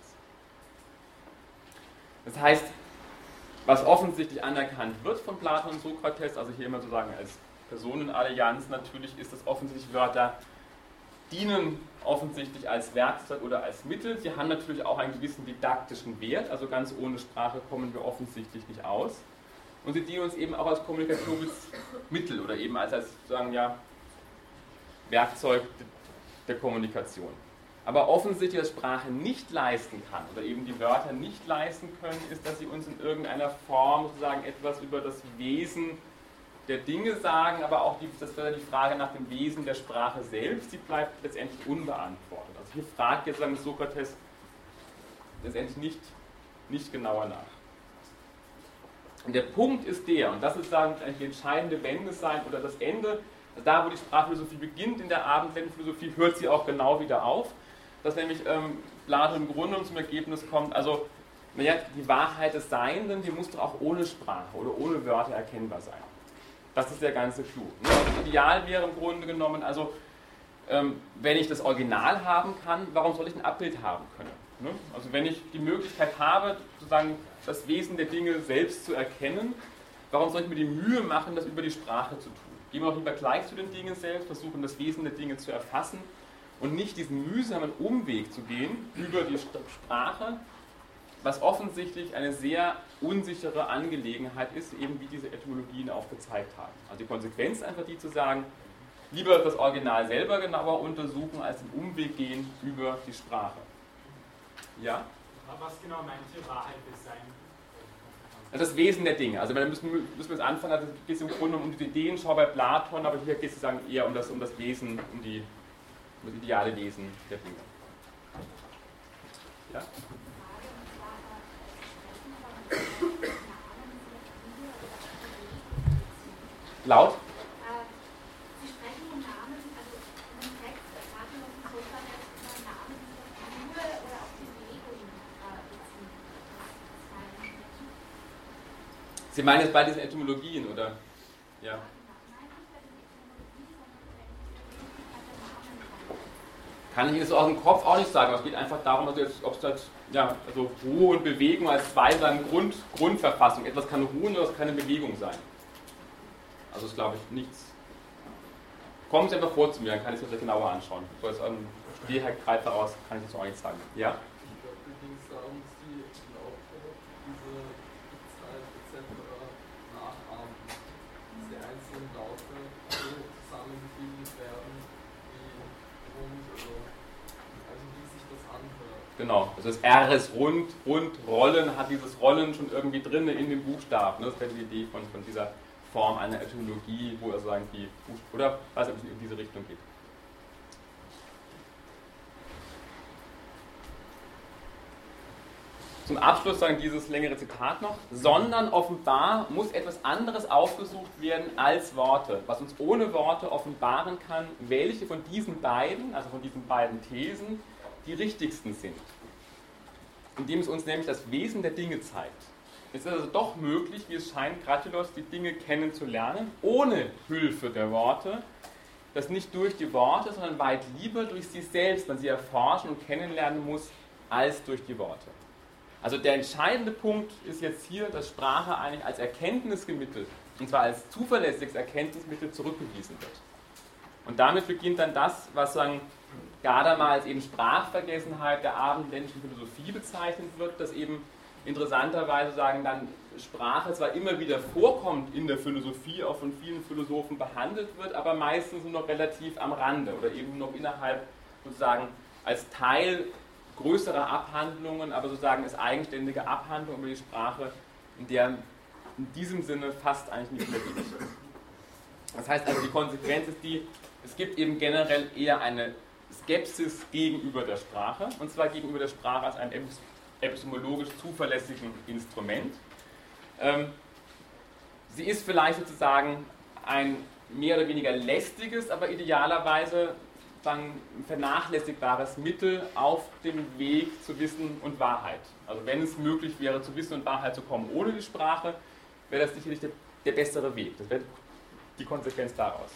Das heißt, was offensichtlich anerkannt wird von Platon und Sokrates, also hier immer sozusagen als Personenallianz natürlich, ist, dass offensichtlich Wörter dienen offensichtlich als Werkzeug oder als Mittel. Sie haben natürlich auch einen gewissen didaktischen Wert, also ganz ohne Sprache kommen wir offensichtlich nicht aus. Und sie dienen uns eben auch als kommunikatives Mittel oder eben als sozusagen, ja, Werkzeug der Kommunikation. Aber offensichtlich, was Sprache nicht leisten kann oder eben die Wörter nicht leisten können, ist, dass sie uns in irgendeiner Form sozusagen etwas über das Wesen der Dinge sagen, aber auch das wäre die Frage nach dem Wesen der Sprache selbst, die bleibt letztendlich unbeantwortet. Also hier fragt jetzt Sokrates letztendlich nicht genauer nach. Und der Punkt ist der, und das ist eigentlich die entscheidende Wende sein oder das Ende, da wo die Sprachphilosophie beginnt in der Abendländenphilosophie, hört sie auch genau wieder auf, dass nämlich Platon im Grunde zum Ergebnis kommt, also die Wahrheit des Seienden, die muss doch auch ohne Sprache oder ohne Wörter erkennbar sein. Das ist der ganze Clou. Das Ideal wäre im Grunde genommen, also wenn ich das Original haben kann, warum soll ich ein Abbild haben können? Also wenn ich die Möglichkeit habe, sozusagen das Wesen der Dinge selbst zu erkennen, warum soll ich mir die Mühe machen, das über die Sprache zu tun? Gehen wir auch lieber gleich zu den Dingen selbst, versuchen das Wesen der Dinge zu erfassen und nicht diesen mühsamen Umweg zu gehen über die Sprache, was offensichtlich eine sehr unsichere Angelegenheit ist, eben wie diese Etymologien auch gezeigt haben. Also die Konsequenz einfach die zu sagen, lieber das Original selber genauer untersuchen, als den Umweg gehen über die Sprache. Ja? Was genau meint ihr Wahrheit des Seins? Das Wesen der Dinge. Also dann müssen wir jetzt anfangen, also geht es im Grunde um die Ideenschau bei Platon, aber hier geht es eher um das Wesen, um das ideale Wesen der Dinge. Ja? Laut? Sie sprechen von Namen, also im Text Platon und Sokrates über Namen, die auf die Ruhe oder auf die Bewegung beziehen. Sie meinen jetzt bei diesen Etymologien, oder? Ja. Nein, nicht bei den Etymologien, sondern wenn Kann ich Ihnen so aus dem Kopf auch nicht sagen, aber es geht einfach darum, also ob es halt, ja, also Ruhe und Bewegung als zwei sagen Grundverfassung. Etwas kann Ruhe oder es kann eine Bewegung sein. Also ist, glaube ich, nichts. Kommen Sie einfach vor zu mir, dann kann ich es mir genauer anschauen. So als ein Stehgreif daraus kann ich das auch nicht sagen. Ja? Ich glaube, da ging es darum, dass die Laute diese Zeit etc. nachahmen. Dass die einzelnen Laute so zusammengebildet werden wie rund, also wie sich das anhört. Genau, also das R ist rund, Rollen, hat dieses Rollen schon irgendwie drin in den Buchstaben. Das wäre die Idee von dieser Form einer Etymologie, wo er sagen die oder weiß nicht, ob es in diese Richtung geht. Zum Abschluss sagen dieses längere Zitat noch, sondern offenbar muss etwas anderes aufgesucht werden als Worte, was uns ohne Worte offenbaren kann, welche von diesen beiden, also von diesen beiden Thesen, die richtigsten sind. Indem es uns nämlich das Wesen der Dinge zeigt. Es ist also doch möglich, wie es scheint, Kratylos die Dinge kennenzulernen, ohne Hilfe der Worte, das nicht durch die Worte, sondern weit lieber durch sie selbst, man sie erforschen und kennenlernen muss, als durch die Worte. Also der entscheidende Punkt ist jetzt hier, dass Sprache eigentlich als Erkenntnismittel, und zwar als zuverlässiges Erkenntnismittel zurückgewiesen wird. Und damit beginnt dann das, was sagen Gadamer als eben Sprachvergessenheit der abendländischen Philosophie bezeichnet wird, dass eben interessanterweise sagen dann Sprache zwar immer wieder vorkommt in der Philosophie, auch von vielen Philosophen behandelt wird, aber meistens nur noch relativ am Rande oder eben noch innerhalb sozusagen als Teil größerer Abhandlungen, aber sozusagen als eigenständige Abhandlung über die Sprache, in der in diesem Sinne fast eigentlich nicht mehr geht. Das heißt also, die Konsequenz ist die, es gibt eben generell eher eine Skepsis gegenüber der Sprache, und zwar gegenüber der Sprache als einem epistemologisch zuverlässigen Instrument. Sie ist vielleicht sozusagen ein mehr oder weniger lästiges, aber idealerweise dann vernachlässigbares Mittel auf dem Weg zu Wissen und Wahrheit. Also wenn es möglich wäre, zu Wissen und Wahrheit zu kommen ohne die Sprache, wäre das sicherlich der bessere Weg. Das wäre die Konsequenz daraus.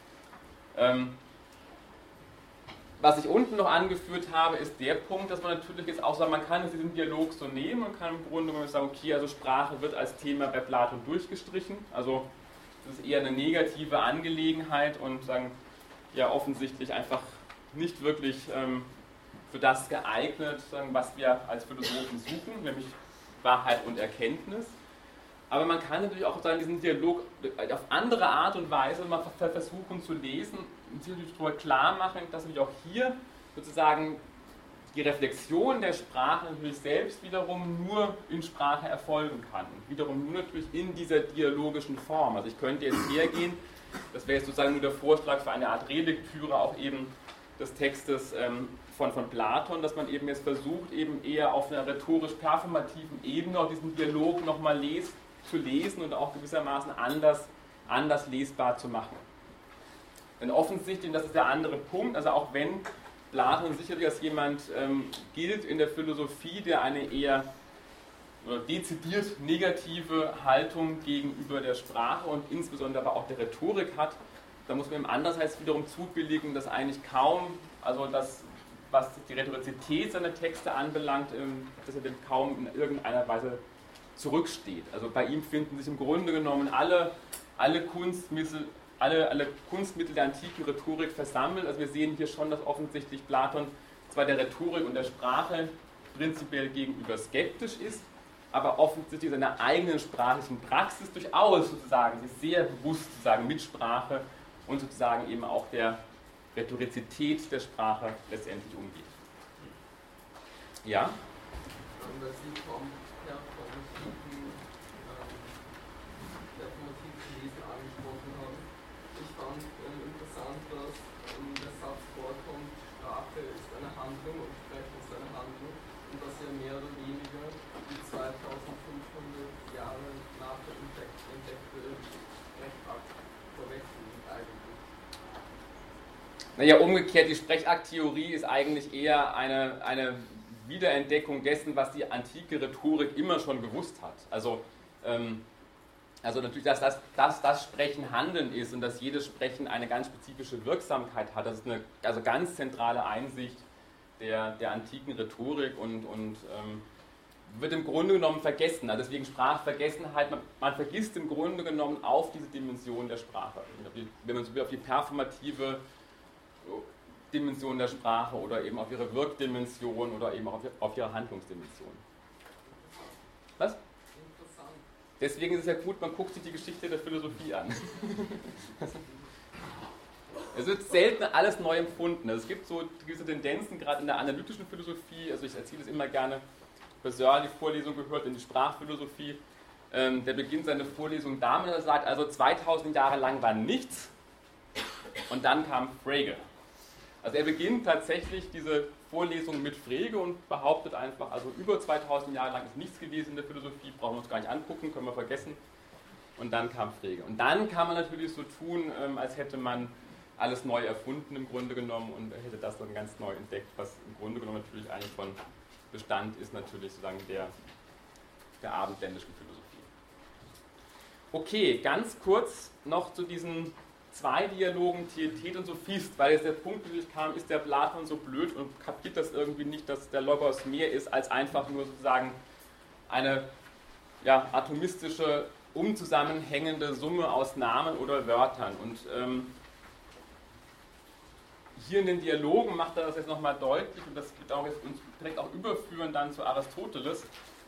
Was ich unten noch angeführt habe, ist der Punkt, dass man natürlich jetzt auch sagt, man kann diesen Dialog so nehmen und kann im Grunde genommen sagen, okay, also Sprache wird als Thema bei Platon durchgestrichen, also das ist eher eine negative Angelegenheit und sagen, ja offensichtlich einfach nicht wirklich für das geeignet, sagen, was wir als Philosophen suchen, nämlich Wahrheit und Erkenntnis. Aber man kann natürlich auch sagen, diesen Dialog auf andere Art und Weise mal versuchen zu lesen und sich natürlich darüber klar machen, dass natürlich auch hier sozusagen die Reflexion der Sprache natürlich selbst wiederum nur in Sprache erfolgen kann. Und wiederum nur natürlich in dieser dialogischen Form. Also ich könnte jetzt hergehen, das wäre jetzt sozusagen nur der Vorschlag für eine Art Relektüre auch eben des Textes von Platon, dass man eben jetzt versucht, eben eher auf einer rhetorisch-performativen Ebene auch diesen Dialog nochmal zu lesen und auch gewissermaßen anders lesbar zu machen. Denn offensichtlich, und das ist der andere Punkt, also auch wenn Platon sicherlich als jemand gilt in der Philosophie, der eine eher dezidiert negative Haltung gegenüber der Sprache und insbesondere aber auch der Rhetorik hat, da muss man ihm andererseits wiederum zubilligen, dass eigentlich kaum, also das, was die Rhetorizität seiner Texte anbelangt, dass er dem kaum in irgendeiner Weise zurücksteht. Also bei ihm finden sich im Grunde genommen alle Kunstmittel der antiken Rhetorik versammelt. Also wir sehen hier schon, dass offensichtlich Platon zwar der Rhetorik und der Sprache prinzipiell gegenüber skeptisch ist, aber offensichtlich seiner eigenen sprachlichen Praxis durchaus sozusagen sich sehr bewusst sozusagen mit Sprache und sozusagen eben auch der Rhetorizität der Sprache letztendlich umgeht. Ja? Dass Sie vom performativen Lesen angesprochen haben. Ich fand interessant, dass der Satz vorkommt, Sprache ist eine Handlung und Sprechen ist eine Handlung, und dass ja mehr oder weniger die 2500 Jahre nach der entdeckte Sprechakt vorwegnimmt eigentlich. Naja, umgekehrt, die Sprechakttheorie ist eigentlich eher eine Wiederentdeckung dessen, was die antike Rhetorik immer schon gewusst hat. Also Also natürlich, dass das Sprechen Handeln ist und dass jedes Sprechen eine ganz spezifische Wirksamkeit hat, das ist eine also ganz zentrale Einsicht der antiken Rhetorik und wird im Grunde genommen vergessen. Also deswegen Sprachvergessenheit, man vergisst im Grunde genommen auf diese Dimension der Sprache. Wenn man so will, auf die performative Dimension der Sprache oder eben auf ihre Wirkdimension oder eben auch auf ihre Handlungsdimension. Was? Deswegen ist es ja gut, man guckt sich die Geschichte der Philosophie an. Es wird selten alles neu empfunden. Also es gibt so gewisse Tendenzen, gerade in der analytischen Philosophie, also ich erzähle es immer gerne, Searle die Vorlesung gehört in die Sprachphilosophie, der beginnt seine Vorlesung damit, dass er sagt, also 2000 Jahre lang war nichts und dann kam Frege. Also er beginnt tatsächlich diese Vorlesung mit Frege und behauptet einfach, also über 2000 Jahre lang ist nichts gewesen in der Philosophie, brauchen wir uns gar nicht angucken, können wir vergessen. Und dann kam Frege. Und dann kann man natürlich so tun, als hätte man alles neu erfunden im Grunde genommen und hätte das dann ganz neu entdeckt, was im Grunde genommen natürlich eigentlich von Bestand ist, natürlich sozusagen der abendländischen Philosophie. Okay, ganz kurz noch zu diesen zwei Dialogen, Theaet und Sophist, weil jetzt der Punkt natürlich kam, ist der Platon so blöd und kapiert das irgendwie nicht, dass der Logos mehr ist als einfach nur sozusagen eine atomistische, unzusammenhängende Summe aus Namen oder Wörtern. Und hier in den Dialogen macht er das jetzt nochmal deutlich und das wird auch jetzt uns direkt auch überführen dann zu Aristoteles,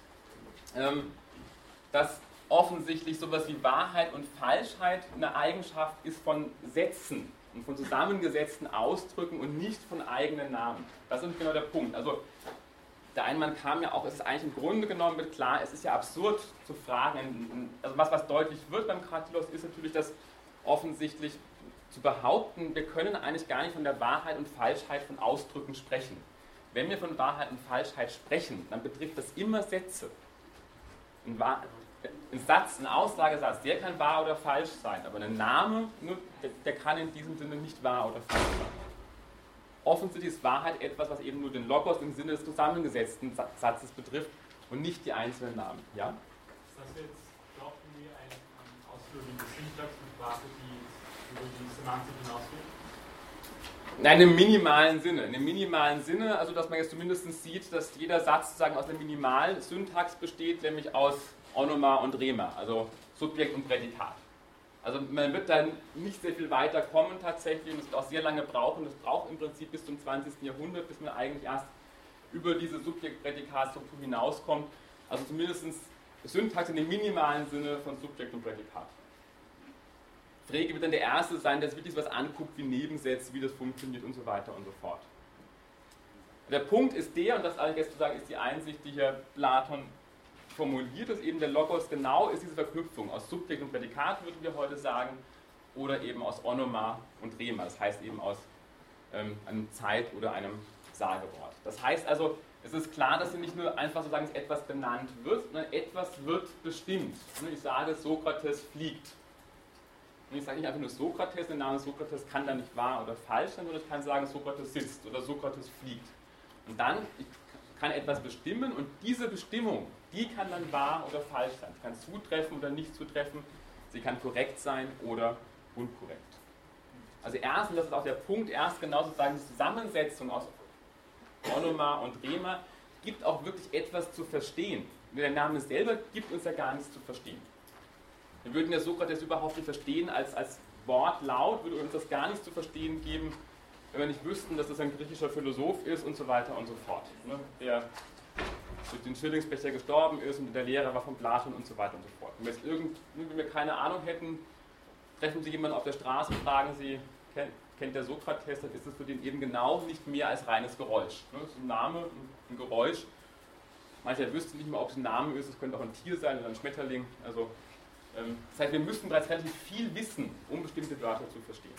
dass offensichtlich sowas wie Wahrheit und Falschheit eine Eigenschaft ist von Sätzen und von zusammengesetzten Ausdrücken und nicht von eigenen Namen. Das ist genau der Punkt. Also der Einwand kam ja auch, es ist eigentlich im Grunde genommen mit klar, es ist ja absurd zu fragen, also was deutlich wird beim Kratilos ist natürlich, dass offensichtlich zu behaupten, wir können eigentlich gar nicht von der Wahrheit und Falschheit von Ausdrücken sprechen. Wenn wir von Wahrheit und Falschheit sprechen, dann betrifft das immer Sätze. Ein Satz, ein Aussagesatz, der kann wahr oder falsch sein, aber ein Name, der kann in diesem Sinne nicht wahr oder falsch sein. Offensichtlich ist Wahrheit etwas, was eben nur den Logos im Sinne des zusammengesetzten Satzes betrifft und nicht die einzelnen Namen. Ja? Ist das jetzt, glaubt ihr, eine Ausführung der Syntax und Sprache, die über die Semantik hinausgeht? Nein, im minimalen Sinne. In dem minimalen Sinne, also dass man jetzt zumindest sieht, dass jeder Satz sozusagen aus der Minimalsyntax besteht, nämlich aus Onoma und Rema, also Subjekt und Prädikat. Also man wird dann nicht sehr viel weiter kommen tatsächlich und es wird auch sehr lange brauchen. Das braucht im Prinzip bis zum 20. Jahrhundert, bis man eigentlich erst über diese Subjekt-Prädikat-Struktur hinauskommt. Also zumindest Syntax in dem minimalen Sinne von Subjekt und Prädikat. Frege wird dann der Erste sein, der sich wirklich was anguckt, wie Nebensätze, wie das funktioniert und so weiter und so fort. Der Punkt ist der, und das eigentlich jetzt zu sagen, ist die Einsicht, die hier Platon formuliert, dass eben der Logos genau ist diese Verknüpfung aus Subjekt und Prädikat, würden wir heute sagen, oder eben aus Onoma und Rema, das heißt eben aus einem Zeit- oder einem Sagewort. Das heißt also, es ist klar, dass hier nicht nur einfach sozusagen etwas benannt wird, sondern etwas wird bestimmt. Ich sage, Sokrates fliegt. Und ich sage nicht einfach nur Sokrates, der Name Sokrates kann da nicht wahr oder falsch sein, sondern ich kann sagen, Sokrates sitzt oder Sokrates fliegt. Und dann kann etwas bestimmen und diese Bestimmung, die kann dann wahr oder falsch sein. Sie kann zutreffen oder nicht zutreffen, sie kann korrekt sein oder unkorrekt. Also erst, und das ist auch der Punkt, erst genau sozusagen die Zusammensetzung aus Onoma und Rema gibt auch wirklich etwas zu verstehen. Der Name selber gibt uns ja gar nichts zu verstehen. Wir würden ja Sokrates überhaupt nicht verstehen als Wortlaut, würde uns das gar nicht zu verstehen geben, wenn wir nicht wüssten, dass das ein griechischer Philosoph ist und so weiter und so fort. Der durch den Schillingsbecher gestorben ist und der Lehrer war von Platon und so weiter und so fort. Wenn wir keine Ahnung hätten, treffen Sie jemanden auf der Straße und fragen Sie, kennt der Sokrates, dann ist das für den eben genau nicht mehr als reines Geräusch. Das ist ein Name, ein Geräusch. Mancher wüsste nicht mehr, ob es ein Name ist, es könnte auch ein Tier sein oder ein Schmetterling. Also, das heißt, wir müssten bereits relativ viel wissen, um bestimmte Wörter zu verstehen.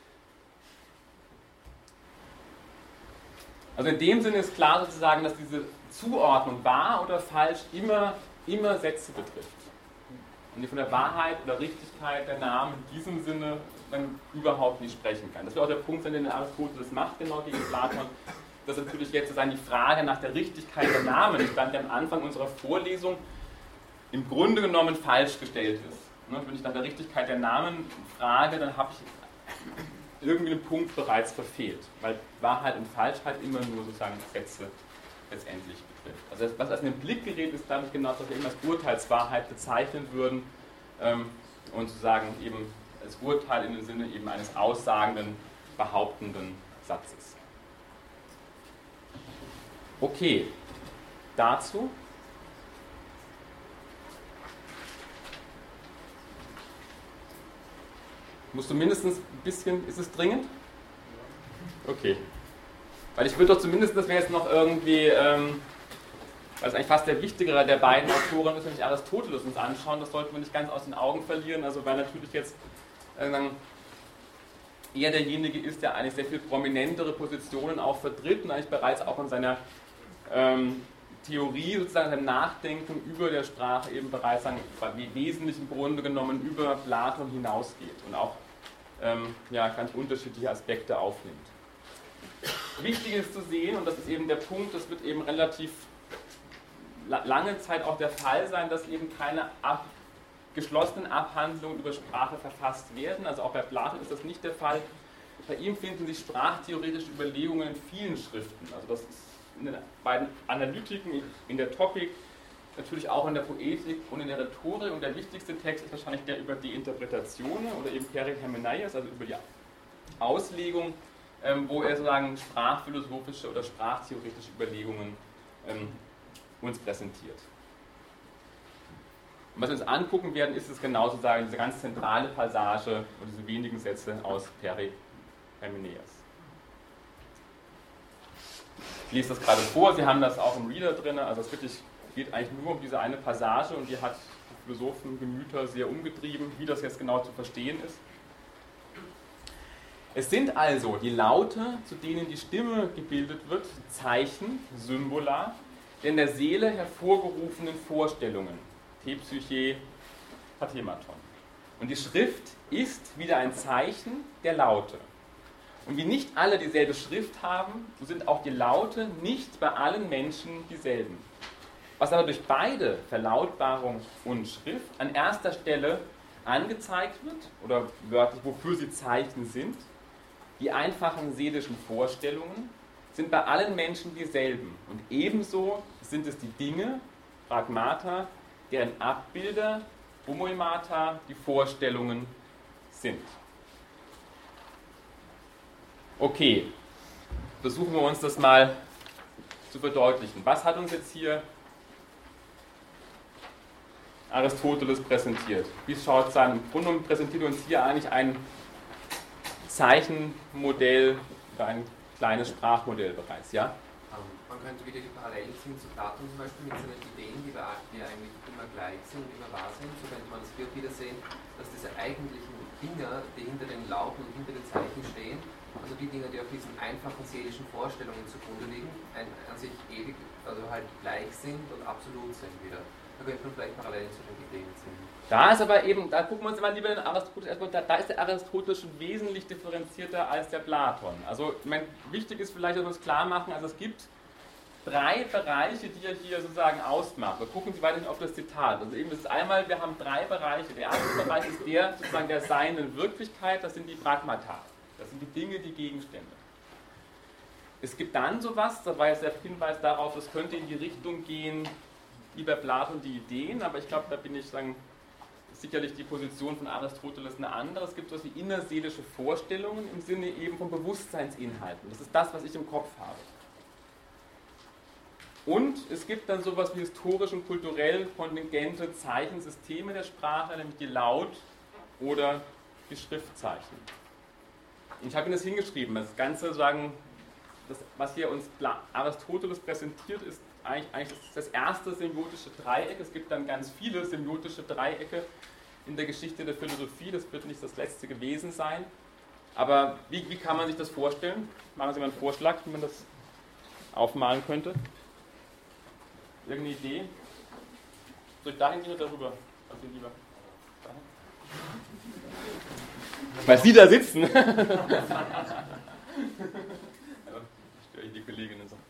Also in dem Sinne ist klar sozusagen, dass diese Zuordnung wahr oder falsch immer Sätze betrifft. Und die von der Wahrheit oder Richtigkeit der Namen in diesem Sinne dann überhaupt nicht sprechen kann. Das wird auch der Punkt sein, den Aristoteles macht, genau gegen Platon, dass natürlich jetzt sozusagen die Frage nach der Richtigkeit der Namen, die stand ja am Anfang unserer Vorlesung, im Grunde genommen falsch gestellt ist. Wenn ich nach der Richtigkeit der Namen frage, dann habe ich irgendwie einen Punkt bereits verfehlt, weil Wahrheit und Falschheit immer nur sozusagen Sätze letztendlich betrifft. Also was als ein Blickgerät ist, damit genau, dass wir immer als Urteilswahrheit bezeichnen würden und sozusagen eben als Urteil in dem Sinne eben eines aussagenden, behauptenden Satzes. Okay, dazu. Musst du mindestens ein bisschen, ist es dringend? Okay. Weil ich würde doch zumindest, dass wir jetzt noch irgendwie, weil es eigentlich fast der wichtigere der beiden Autoren ist, nämlich Aristoteles uns anschauen, das sollten wir nicht ganz aus den Augen verlieren, also weil natürlich jetzt eher derjenige ist, der eigentlich sehr viel prominentere Positionen auch vertritt und eigentlich bereits auch in seiner Theorie, sozusagen seinem Nachdenken über der Sprache eben bereits wesentlich im Grunde genommen über Platon hinausgeht und auch ganz unterschiedliche Aspekte aufnimmt. Wichtig ist zu sehen, und das ist eben der Punkt, das wird eben relativ lange Zeit auch der Fall sein, dass eben keine geschlossenen Abhandlungen über Sprache verfasst werden. Also auch bei Platon ist das nicht der Fall. Bei ihm finden sich sprachtheoretische Überlegungen in vielen Schriften. Also das ist bei den Analytiken, in der Topik, natürlich auch in der Poetik und in der Rhetorik. Und der wichtigste Text ist wahrscheinlich der über die Interpretation oder eben Perikameneias, also über die Auslegung, wo er sozusagen sprachphilosophische oder sprachtheoretische Überlegungen uns präsentiert. Und was wir uns angucken werden, ist es genau sozusagen diese ganz zentrale Passage und diese wenigen Sätze aus Perikameneias. Ich lese das gerade vor, Sie haben das auch im Reader drin, also es geht eigentlich nur um diese eine Passage und die hat die Philosophengemüter sehr umgetrieben, wie das jetzt genau zu verstehen ist. Es sind also die Laute, zu denen die Stimme gebildet wird, Zeichen, Symbola, der in der Seele hervorgerufenen Vorstellungen, Te Psyche, Pathematon. Und die Schrift ist wieder ein Zeichen der Laute. Und wie nicht alle dieselbe Schrift haben, so sind auch die Laute nicht bei allen Menschen dieselben. Was aber durch beide, Verlautbarung und Schrift, an erster Stelle angezeigt wird, oder wörtlich, wofür sie Zeichen sind, die einfachen seelischen Vorstellungen, sind bei allen Menschen dieselben. Und ebenso sind es die Dinge, Pragmata, deren Abbilder, Homoemata, die Vorstellungen sind. Okay, versuchen wir uns das mal zu verdeutlichen. Was hat uns jetzt hier Aristoteles präsentiert? Wie schaut es an? Im Grunde genommen präsentiert uns hier eigentlich ein Zeichenmodell oder ein kleines Sprachmodell bereits, ja? Man könnte wieder die Parallelen ziehen zu Platon zum Beispiel mit seinen Ideen, die eigentlich immer gleich sind und immer wahr sind. So könnte man es hier wieder sehen, dass diese eigentlichen Dinger, die hinter den Lauten und hinter den Zeichen stehen, also die Dinge, die auf diesen einfachen seelischen Vorstellungen zugrunde liegen, an sich ewig, also halt gleich sind und absolut sind wieder. Da könnte man vielleicht Parallelen zu den Ideen ziehen. Da ist aber eben, da gucken wir uns mal lieber den Aristoteles erstmal, da ist der Aristoteles schon wesentlich differenzierter als der Platon. Also, ich meine, wichtig ist vielleicht, dass wir uns klar machen, also es gibt 3 Bereiche, die er hier sozusagen ausmacht. Wir gucken Sie weiterhin auf das Zitat. Also eben, das ist einmal, wir haben 3 Bereiche. Der erste Bereich ist der sozusagen der seienden Wirklichkeit, das sind die Pragmata. Das sind die Dinge, die Gegenstände. Es gibt dann sowas, da war jetzt der Hinweis darauf, das könnte in die Richtung gehen, wie bei Platon die Ideen, aber ich glaube, da bin ich sicherlich die Position von Aristoteles eine andere. Es gibt sowas wie innerseelische Vorstellungen im Sinne eben von Bewusstseinsinhalten. Das ist das, was ich im Kopf habe. Und es gibt dann sowas wie historisch und kulturell kontingente Zeichensysteme der Sprache, nämlich die Laut- oder die Schriftzeichen. Und ich habe Ihnen das hingeschrieben. Das Ganze, was hier uns Aristoteles präsentiert, ist eigentlich das erste semiotische Dreieck. Es gibt dann ganz viele semiotische Dreiecke in der Geschichte der Philosophie. Das wird nicht das letzte gewesen sein. Aber wie kann man sich das vorstellen? Machen Sie mal einen Vorschlag, wie man das aufmalen könnte. Irgendeine Idee? Soll ich dahin gehen oder darüber? Was Sie lieber? Dahin? Weil Sie da sitzen. Ich störe die Kolleginnen so.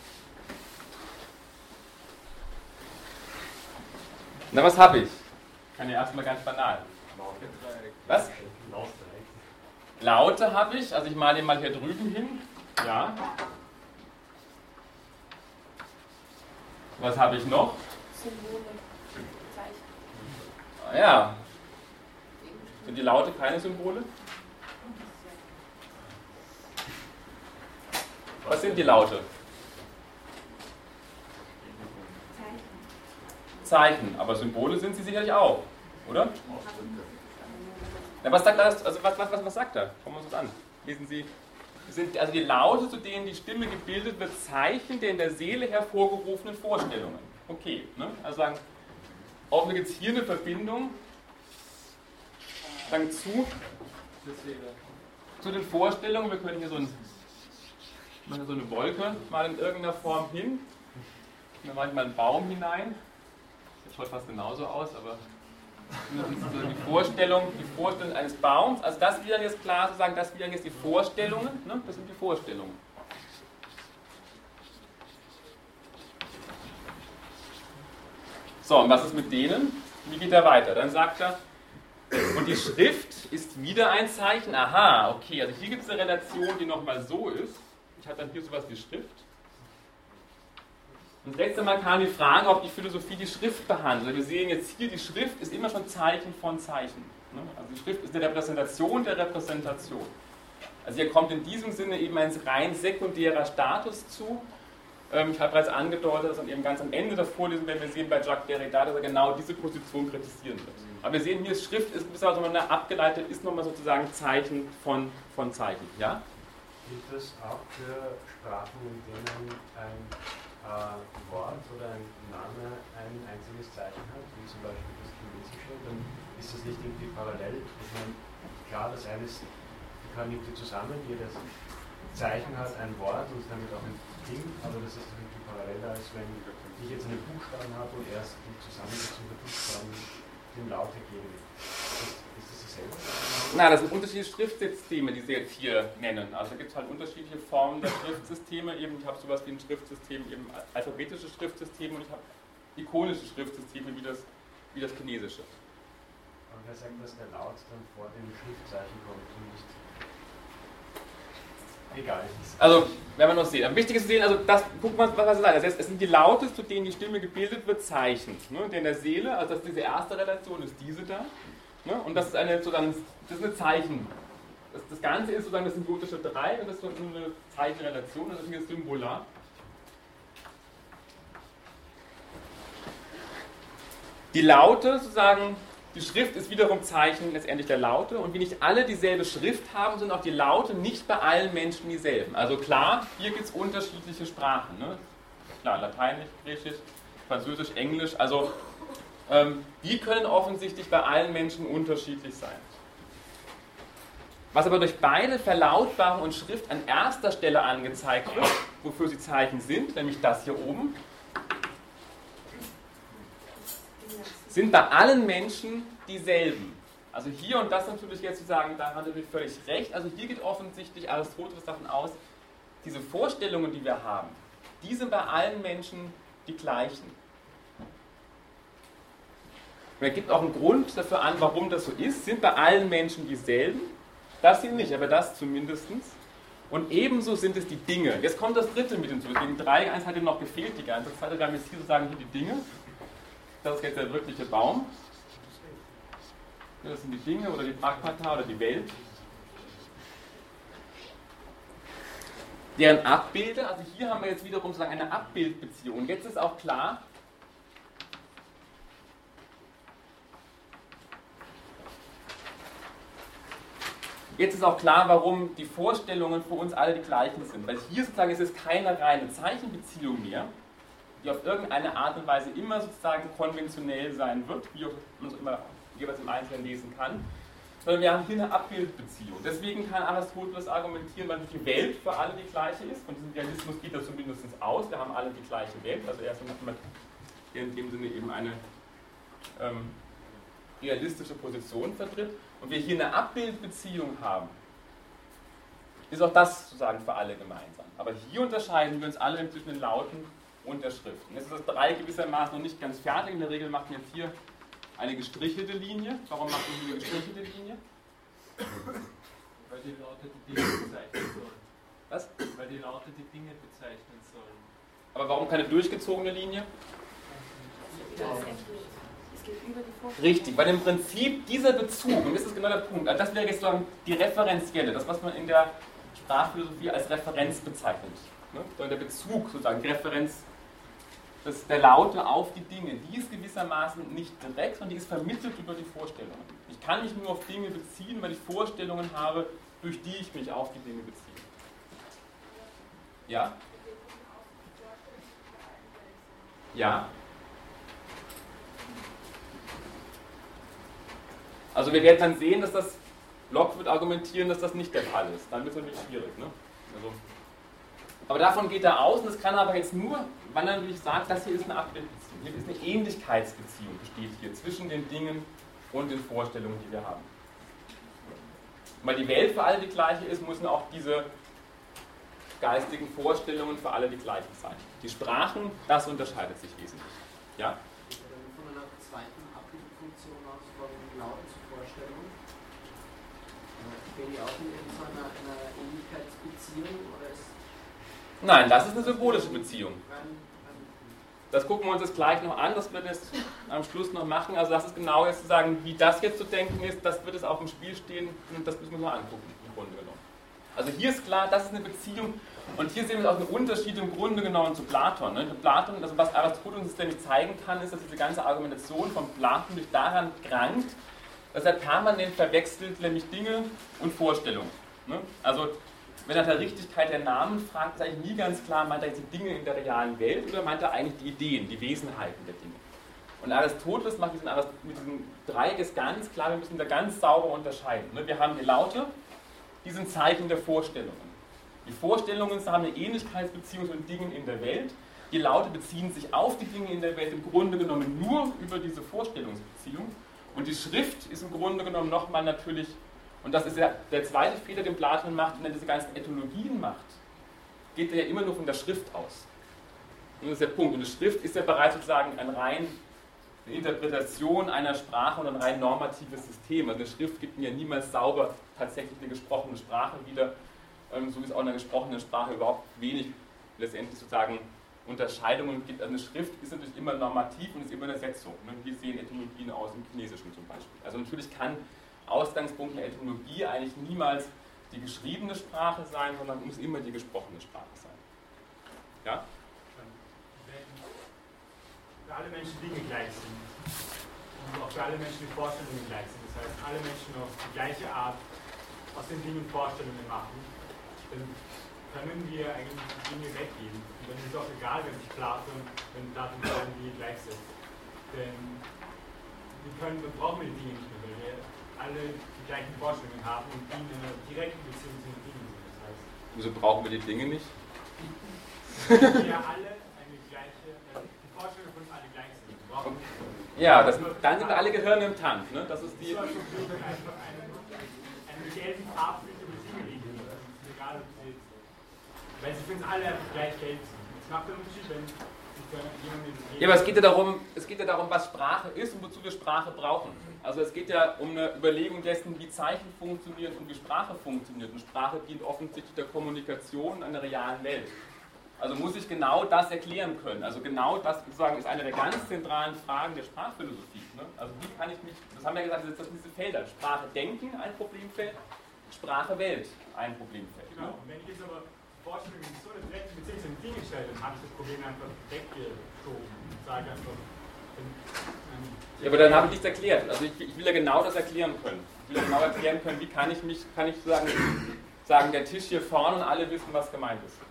Na, was habe ich? Kann ja erstmal ganz banal. Was? Laute habe ich, also ich male den mal hier drüben hin. Ja. Was habe ich noch? Symbole, Zeichen. Ah, ja. Sind die Laute keine Symbole? Was sind die Laute? Zeichen, aber Symbole sind sie sicherlich auch, oder? Ja, was sagt das? Also was sagt er? Schauen wir uns das an. Lesen Sie. Sind also die Laute, zu denen die Stimme gebildet wird, Zeichen der in der Seele hervorgerufenen Vorstellungen. Okay, ne? Also sagen, offenbar gibt es hier eine Verbindung sagen, zu den Vorstellungen. Wir können hier so eine Wolke mal in irgendeiner Form hin. Dann mache ich mal einen Baum hinein. Das schaut fast genauso aus, aber die Vorstellung eines Baums, also das wieder jetzt klar zu sagen, das wieder jetzt die Vorstellungen, ne? Das sind die Vorstellungen. So, und was ist mit denen? Wie geht er weiter? Dann sagt er, und die Schrift ist wieder ein Zeichen. Aha, okay, also hier gibt es eine Relation, die nochmal so ist. Ich habe dann hier sowas wie Schrift. Und das letzte Mal kam die Frage, ob die Philosophie die Schrift behandelt. Wir sehen jetzt hier, die Schrift ist immer schon Zeichen von Zeichen. Also die Schrift ist eine Repräsentation der Repräsentation. Also hier kommt in diesem Sinne eben ein rein sekundärer Status zu. Ich habe bereits angedeutet, dass dann eben ganz am Ende der Vorlesung werden wir sehen bei Jacques Derrida, dass er genau diese Position kritisieren wird. Aber wir sehen hier, Schrift ist bis also abgeleitet, ist nochmal sozusagen Zeichen von Zeichen. Ja? Gilt das auch für Sprachen, in denen ein Wort oder ein Name ein einziges Zeichen hat, wie zum Beispiel das Chinesische, dann ist das nicht irgendwie parallel. Ich meine, klar, das eine ist, die kann irgendwie zusammen, jedes Zeichen hat ein Wort und damit auch ein Ding, aber das ist irgendwie paralleler, als wenn ich jetzt einen Buchstaben habe und erst die Zusammensetzung der Buchstaben dem Laut ergeben. Ist das dasselbe? Na, das sind unterschiedliche Schriftsysteme, die Sie jetzt hier nennen. Also da gibt es halt unterschiedliche Formen der Schriftsysteme. Eben, ich habe sowas wie ein Schriftsystem, eben alphabetische Schriftsysteme, und ich habe ikonische Schriftsysteme wie das Chinesische. Aber wer sagt, dass der Laut dann vor dem Schriftzeichen kommt und nicht... Egal. Also, werden wir noch sehen. Aber wichtig ist zu sehen, also das, gucken wir uns, was er sagt. Das heißt, es sind die Laute, zu denen die Stimme gebildet wird, Zeichen. Ne? Und in der Seele, also das ist diese erste Relation, ist diese da. Ne? Und das ist eine Zeichen. Das Ganze ist sozusagen das symbiotische 3 und das ist so eine Zeichenrelation, das ist hier das Symbolar. Die Laute, sozusagen, die Schrift ist wiederum Zeichen letztendlich der Laute, und wie nicht alle dieselbe Schrift haben, sind auch die Laute nicht bei allen Menschen dieselben. Also klar, hier gibt es unterschiedliche Sprachen. Ne? Klar, Lateinisch, Griechisch, Französisch, Englisch, also die können offensichtlich bei allen Menschen unterschiedlich sein. Was aber durch beide Verlautbarung und Schrift an erster Stelle angezeigt wird, wofür sie Zeichen sind, nämlich das hier oben, sind bei allen Menschen dieselben. Also hier, und das natürlich jetzt zu sagen, da hat er völlig recht, also hier geht offensichtlich Aristoteles davon aus, diese Vorstellungen, die wir haben, die sind bei allen Menschen die gleichen. Und er gibt auch einen Grund dafür an, warum das so ist, sind bei allen Menschen dieselben, das sind nicht, aber das zumindest. Und ebenso sind es die Dinge. Jetzt kommt das dritte mit hinzu, deswegen 3, 1 hat ihm noch gefehlt die ganze Zeit, wir haben jetzt hier sozusagen hier die Dinge. Das ist jetzt der wirkliche Baum. Das sind die Dinge oder die Pragmata oder die Welt. Deren Abbilder, also hier haben wir jetzt wiederum sozusagen eine Abbildbeziehung. Jetzt ist auch klar, warum die Vorstellungen für uns alle die gleichen sind. Weil hier sozusagen ist es keine reine Zeichenbeziehung mehr, die auf irgendeine Art und Weise immer sozusagen konventionell sein wird, wie man es immer jeweils im Einzelnen lesen kann, sondern wir haben hier eine Abbildbeziehung. Deswegen kann Aristoteles argumentieren, weil die Welt für alle die gleiche ist. Von diesem Realismus geht das zumindest aus, wir haben alle die gleiche Welt, also er ist in dem Sinne eben eine realistische Position vertritt. Und wir hier eine Abbildbeziehung haben, ist auch das sozusagen für alle gemeinsam. Aber hier unterscheiden wir uns alle zwischen den Lauten und der Schrift. Und jetzt ist das 3 gewissermaßen noch nicht ganz fertig. In der Regel macht man jetzt hier eine gestrichelte Linie. Warum machen wir eine gestrichelte Linie? Weil die Laute die Dinge bezeichnen sollen. Was? Weil die Laute die Dinge bezeichnen sollen. Aber warum keine durchgezogene Linie? Es geht über die Vorstellung. Richtig, weil im Prinzip dieser Bezug, und das ist genau der Punkt, also das wäre jetzt sozusagen die referenzielle, das was man in der Sprachphilosophie als Referenz bezeichnet. Ne? Der Bezug sozusagen, die Referenz der Laute auf die Dinge, die ist gewissermaßen nicht direkt, sondern die ist vermittelt über die Vorstellungen. Ich kann mich nur auf Dinge beziehen, weil ich Vorstellungen habe, durch die ich mich auf die Dinge beziehe. Ja? Ja? Also wir werden dann sehen, dass das, Locke wird argumentieren, dass das nicht der Fall ist. Dann wird es natürlich schwierig. Ne? Also, aber davon geht er aus, und das kann er aber jetzt nur, weil er natürlich sagt, das hier ist eine Abbildbeziehung. Hier ist eine Ähnlichkeitsbeziehung, besteht hier zwischen den Dingen und den Vorstellungen, die wir haben. Weil die Welt für alle die gleiche ist, müssen auch diese geistigen Vorstellungen für alle die gleichen sein. Die Sprachen, das unterscheidet sich wesentlich. Ja? Von einer zweiten Abbildfunktion aus von Lauten zu Vorstellungen, stehen die auch in irgendeiner Ähnlichkeitsbeziehung oder ist. Nein, das ist eine symbolische Beziehung. Das gucken wir uns jetzt gleich noch an, das wird jetzt am Schluss noch machen. Also das ist genau jetzt zu sagen, wie das jetzt zu denken ist, das wird es auf dem Spiel stehen und das müssen wir mal angucken, im Grunde genommen. Also hier ist klar, das ist eine Beziehung und hier sehen wir auch einen Unterschied im Grunde genommen zu Platon. Ne? Platon, also was Aristoteles uns nämlich zeigen kann, ist, dass diese ganze Argumentation von Platon durch daran krankt, dass er permanent verwechselt, nämlich Dinge und Vorstellungen. Ne? Also wenn er nach der Richtigkeit der Namen fragt, ist eigentlich nie ganz klar, meint er jetzt die Dinge in der realen Welt oder meint er eigentlich die Ideen, die Wesenheiten der Dinge. Und Aristoteles macht mit diesem Dreieck ist ganz klar, wir müssen da ganz sauber unterscheiden. Wir haben die Laute, die sind Zeichen der Vorstellungen. Die Vorstellungen haben eine Ähnlichkeitsbeziehung zu den Dingen in der Welt. Die Laute beziehen sich auf die Dinge in der Welt im Grunde genommen nur über diese Vorstellungsbeziehung. Und die Schrift ist im Grunde genommen nochmal natürlich, und das ist ja der zweite Fehler, den Platon macht, wenn er diese ganzen Ethologien macht, geht er ja immer nur von der Schrift aus. Und das ist der Punkt. Und die Schrift ist ja bereits sozusagen eine Interpretation einer Sprache und ein rein normatives System. Also eine Schrift gibt mir ja niemals sauber tatsächlich eine gesprochene Sprache wieder, so wie es auch in einer gesprochenen Sprache überhaupt wenig letztendlich sozusagen Unterscheidungen gibt. Also eine Schrift ist natürlich immer normativ und ist immer eine Setzung. Wie sehen Etymologien aus im Chinesischen zum Beispiel? Also natürlich kann Ausgangspunkt der Etymologie eigentlich niemals die geschriebene Sprache sein, sondern muss immer die gesprochene Sprache sein. Ja? Wenn für alle Menschen Dinge gleich sind und auch für alle Menschen die Vorstellungen gleich sind, das heißt, alle Menschen auf die gleiche Art aus den Dingen Vorstellungen machen, dann können wir eigentlich die Dinge weggeben. Und dann ist es auch egal, wenn Platon die gleichsetzt. Denn dann brauchen wir die Dinge nicht mehr, weil wir alle die gleichen Vorstellungen haben und die in einer direkten Beziehung zu den Dingen sind. Das heißt, wieso brauchen wir die Dinge nicht? wir alle eine gleiche, die Vorstellungen von uns alle gleich sind. Ja, dann sind wir alle Gehirne im Tank. Ne? Das ist die. Einfach eine gelben Farbfläche über Dinge liegen. Das ist egal, ob sie jetzt. Weil sie für uns alle einfach gleich gelb sind. Es macht einen Unterschied, wenn ja, aber es geht ja darum, was Sprache ist und wozu wir Sprache brauchen. Also es geht ja um eine Überlegung dessen, wie Zeichen funktionieren und wie Sprache funktioniert. Und Sprache dient offensichtlich der Kommunikation in einer realen Welt. Also muss ich genau das erklären können. Also genau das sozusagen ist eine der ganz zentralen Fragen der Sprachphilosophie. Ne? Also wie kann ich mich, das haben wir ja gesagt, das sind diese Felder. Sprache denken, ein Problemfeld, Sprache Welt, ein Problemfeld. Genau, und wenn ich jetzt aber Vorstellungen so eine direkte Beziehung zu den Dingen stelle, dann habe ich das Problem einfach weggeschoben und sage einfach. Ja, aber dann habe ich nichts erklärt. Also ich will ja genau das erklären können. Ich will ja genau erklären können, wie kann ich sagen, der Tisch hier vorne und alle wissen, was gemeint ist.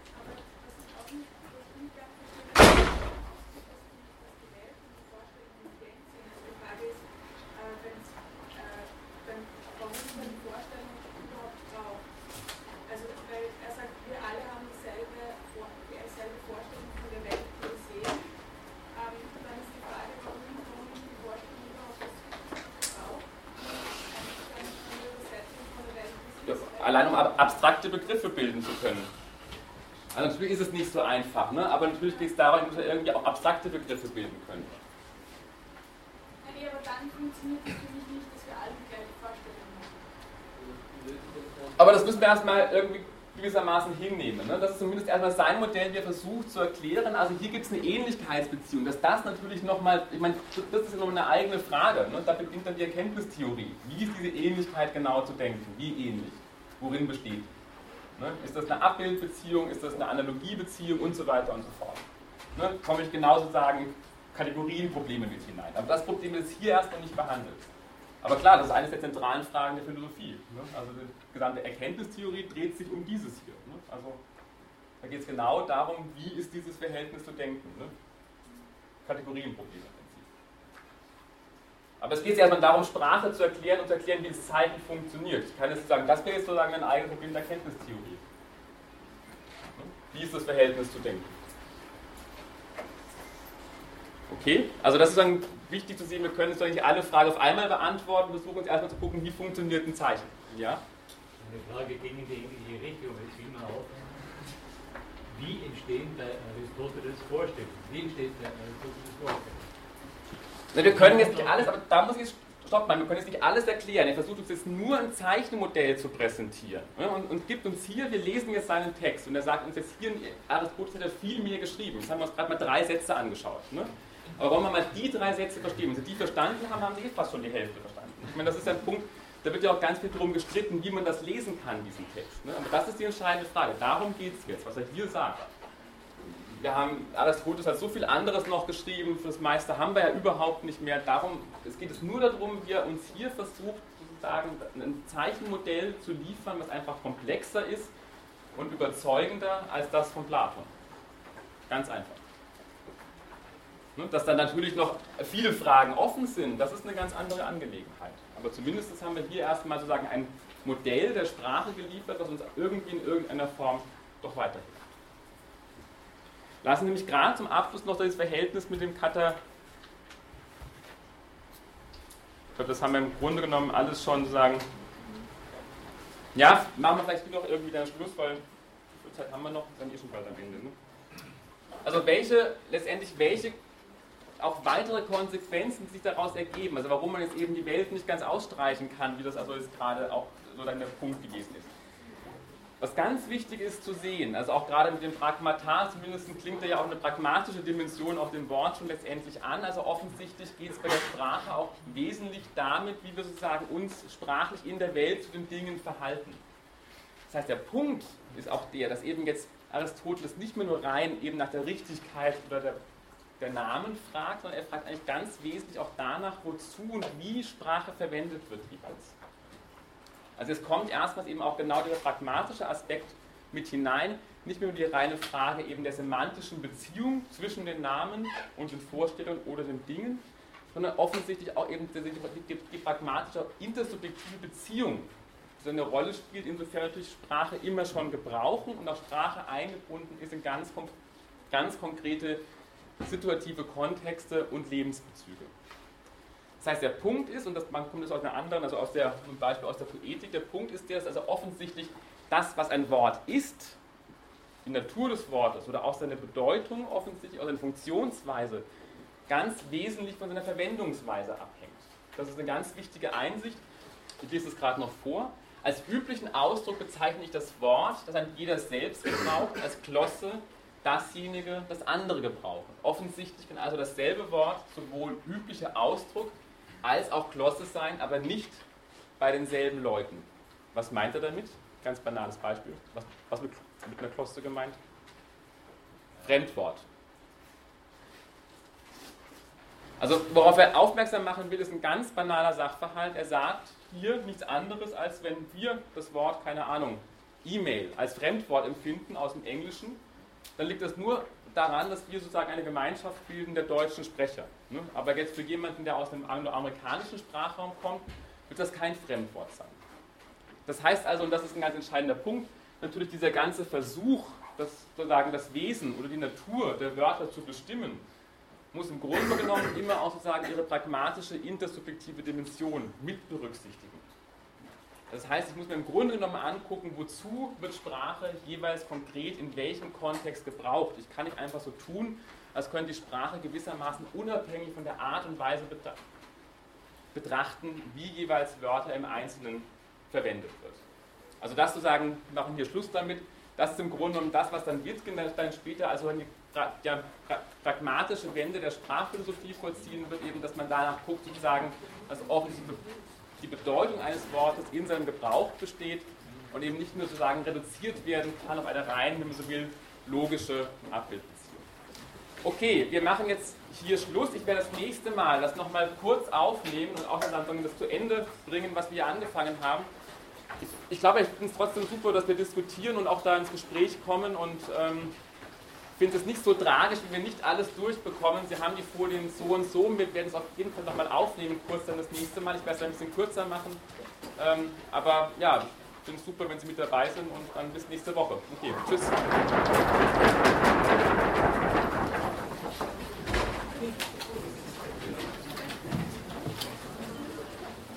Allein um abstrakte Begriffe bilden zu können. Also natürlich ist es nicht so einfach, ne? Aber natürlich geht es darum, dass wir irgendwie auch abstrakte Begriffe bilden können. Nee, aber funktioniert es für mich nicht, dass wir alle die gleiche Vorstellung haben. Aber das müssen wir erstmal irgendwie gewissermaßen hinnehmen. Ne? Das ist zumindest erstmal sein Modell, wie er versucht zu erklären. Also hier gibt es eine Ähnlichkeitsbeziehung. Dass das natürlich nochmal, ich meine, das ist ja nochmal eine eigene Frage. Ne? Da beginnt dann die Erkenntnistheorie. Wie ist diese Ähnlichkeit genau zu denken? Wie ähnlich? Worin besteht? Ne? Ist das eine Abbildbeziehung? Ist das eine Analogiebeziehung? Und so weiter und so fort. Ne? Komme ich genau sozusagen in Kategorienprobleme mit hinein. Aber das Problem ist hier erstmal nicht behandelt. Aber klar, das ist eines der zentralen Fragen der Philosophie. Ne? Also die gesamte Erkenntnistheorie dreht sich um dieses hier. Ne? Also da geht es genau darum, wie ist dieses Verhältnis zu denken. Ne? Kategorienprobleme im Prinzip. Aber es geht erstmal darum, Sprache zu erklären und zu erklären, wie das Zeichen funktioniert. Ich kann jetzt sagen, das wäre jetzt sozusagen ein eigenes Problem der Erkenntnistheorie. Ne? Wie ist das Verhältnis zu denken? Okay, also das ist dann wichtig zu sehen, wir können jetzt doch nicht alle Fragen auf einmal beantworten, wir versuchen uns erstmal zu gucken, wie funktioniert ein Zeichen. Ja? Eine Frage ging in die ähnliche Richtung, jetzt fiel mir auf, wie entstehen bei Aristoteles Vorstellungen? Wie entsteht bei Aristoteles Vorstellungen? Wir können jetzt nicht alles, aber da muss ich jetzt stoppen, wir können jetzt nicht alles erklären. Er versucht uns jetzt nur ein Zeichenmodell zu präsentieren und gibt uns hier, wir lesen jetzt seinen Text und er sagt uns jetzt hier, Aristoteles hat ja viel mehr geschrieben. Jetzt haben wir uns gerade mal 3 Sätze angeschaut. Ne? Aber wollen wir mal die 3 Sätze verstehen? Wenn Sie die verstanden haben, haben Sie fast schon die Hälfte verstanden. Ich meine, das ist ein Punkt, da wird ja auch ganz viel darum gestritten, wie man das lesen kann, diesen Text. Ne? Aber das ist die entscheidende Frage. Darum geht es jetzt, was er hier sagt. Aristoteles hat so viel anderes noch geschrieben, für das meiste haben wir ja überhaupt nicht mehr. Es geht nur darum, wie er uns hier versucht, sozusagen ein Zeichenmodell zu liefern, was einfach komplexer ist und überzeugender als das von Platon. Ganz einfach. Dass dann natürlich noch viele Fragen offen sind, das ist eine ganz andere Angelegenheit. Aber zumindest haben wir hier erstmal sozusagen ein Modell der Sprache geliefert, das uns irgendwie in irgendeiner Form doch weiterhilft. Lassen Sie mich gerade zum Abschluss noch das Verhältnis mit dem Kata. Ich glaube, das haben wir im Grunde genommen alles schon sozusagen. Ja, machen wir vielleicht noch irgendwie den Schluss, weil wie viel Zeit haben wir noch? Dann schon bald am Ende. Ne? Also welche auch weitere Konsequenzen sich daraus ergeben, also warum man jetzt eben die Welt nicht ganz ausstreichen kann, wie das also jetzt gerade auch so dann der Punkt gewesen ist. Was ganz wichtig ist zu sehen, also auch gerade mit dem Pragmata, zumindest klingt da ja auch eine pragmatische Dimension auf dem Wort schon letztendlich an, also offensichtlich geht es bei der Sprache auch wesentlich damit, wie wir sozusagen uns sprachlich in der Welt zu den Dingen verhalten. Das heißt, der Punkt ist auch der, dass eben jetzt Aristoteles nicht mehr nur rein eben nach der Richtigkeit oder der Namen fragt, sondern er fragt eigentlich ganz wesentlich auch danach, wozu und wie Sprache verwendet wird jeweils. Also es kommt erstmals eben auch genau dieser pragmatische Aspekt mit hinein, nicht mehr nur die reine Frage eben der semantischen Beziehung zwischen den Namen und den Vorstellungen oder den Dingen, sondern offensichtlich auch eben die pragmatische intersubjektive Beziehung, die so eine Rolle spielt, insofern natürlich Sprache immer schon gebrauchen und auch Sprache eingebunden ist in ganz konkrete situative Kontexte und Lebensbezüge. Das heißt, der Punkt ist, und man kommt das aus einer anderen, also zum Beispiel aus der Poetik, der Punkt ist der, dass also offensichtlich das, was ein Wort ist, die Natur des Wortes oder auch seine Bedeutung offensichtlich, auch seine Funktionsweise, ganz wesentlich von seiner Verwendungsweise abhängt. Das ist eine ganz wichtige Einsicht. Ich lese es gerade noch vor. Als üblichen Ausdruck bezeichne ich das Wort, das ein jeder selbst gebraucht, als Glosse, dasjenige, das andere gebrauchen. Offensichtlich kann also dasselbe Wort sowohl üblicher Ausdruck als auch Glosse sein, aber nicht bei denselben Leuten. Was meint er damit? Ganz banales Beispiel. Was mit einer Glosse gemeint? Fremdwort. Also worauf er aufmerksam machen will, ist ein ganz banaler Sachverhalt. Er sagt hier nichts anderes, als wenn wir das Wort, keine Ahnung, E-Mail als Fremdwort empfinden aus dem Englischen, dann liegt das nur daran, dass wir sozusagen eine Gemeinschaft bilden der deutschen Sprecher. Aber jetzt für jemanden, der aus dem angloamerikanischen Sprachraum kommt, wird das kein Fremdwort sein. Das heißt also, und das ist ein ganz entscheidender Punkt, natürlich dieser ganze Versuch, sozusagen das Wesen oder die Natur der Wörter zu bestimmen, muss im Grunde genommen immer auch sozusagen ihre pragmatische, intersubjektive Dimension mit berücksichtigen. Das heißt, ich muss mir im Grunde genommen angucken, wozu wird Sprache jeweils konkret in welchem Kontext gebraucht. Ich kann nicht einfach so tun, als könnte die Sprache gewissermaßen unabhängig von der Art und Weise betrachtet. betrachten, wie jeweils Wörter im Einzelnen verwendet wird. Also das zu sagen, wir machen hier Schluss damit, das ist im Grunde genommen das, was dann Wittgenstein dann später also die pragmatische Wende der Sprachphilosophie vollziehen wird, eben, dass man danach guckt, sozusagen, dass offensichtlich die Bedeutung eines Wortes in seinem Gebrauch besteht und eben nicht nur sozusagen reduziert werden kann auf eine rein, wenn man so will, logische Abbildbeziehung. Okay, wir machen jetzt hier Schluss. Ich werde das nächste Mal das nochmal kurz aufnehmen und auch dann das zu Ende bringen, was wir hier angefangen haben. Ich glaube, ich finde es trotzdem super, dass wir diskutieren und auch da ins Gespräch kommen und finde es nicht so tragisch, wenn wir nicht alles durchbekommen. Sie haben die Folien so und so, wir werden es auf jeden Fall nochmal aufnehmen, kurz dann das nächste Mal. Ich werde es ein bisschen kürzer machen, aber ja, ich finde es super, wenn Sie mit dabei sind und dann bis nächste Woche. Okay, tschüss.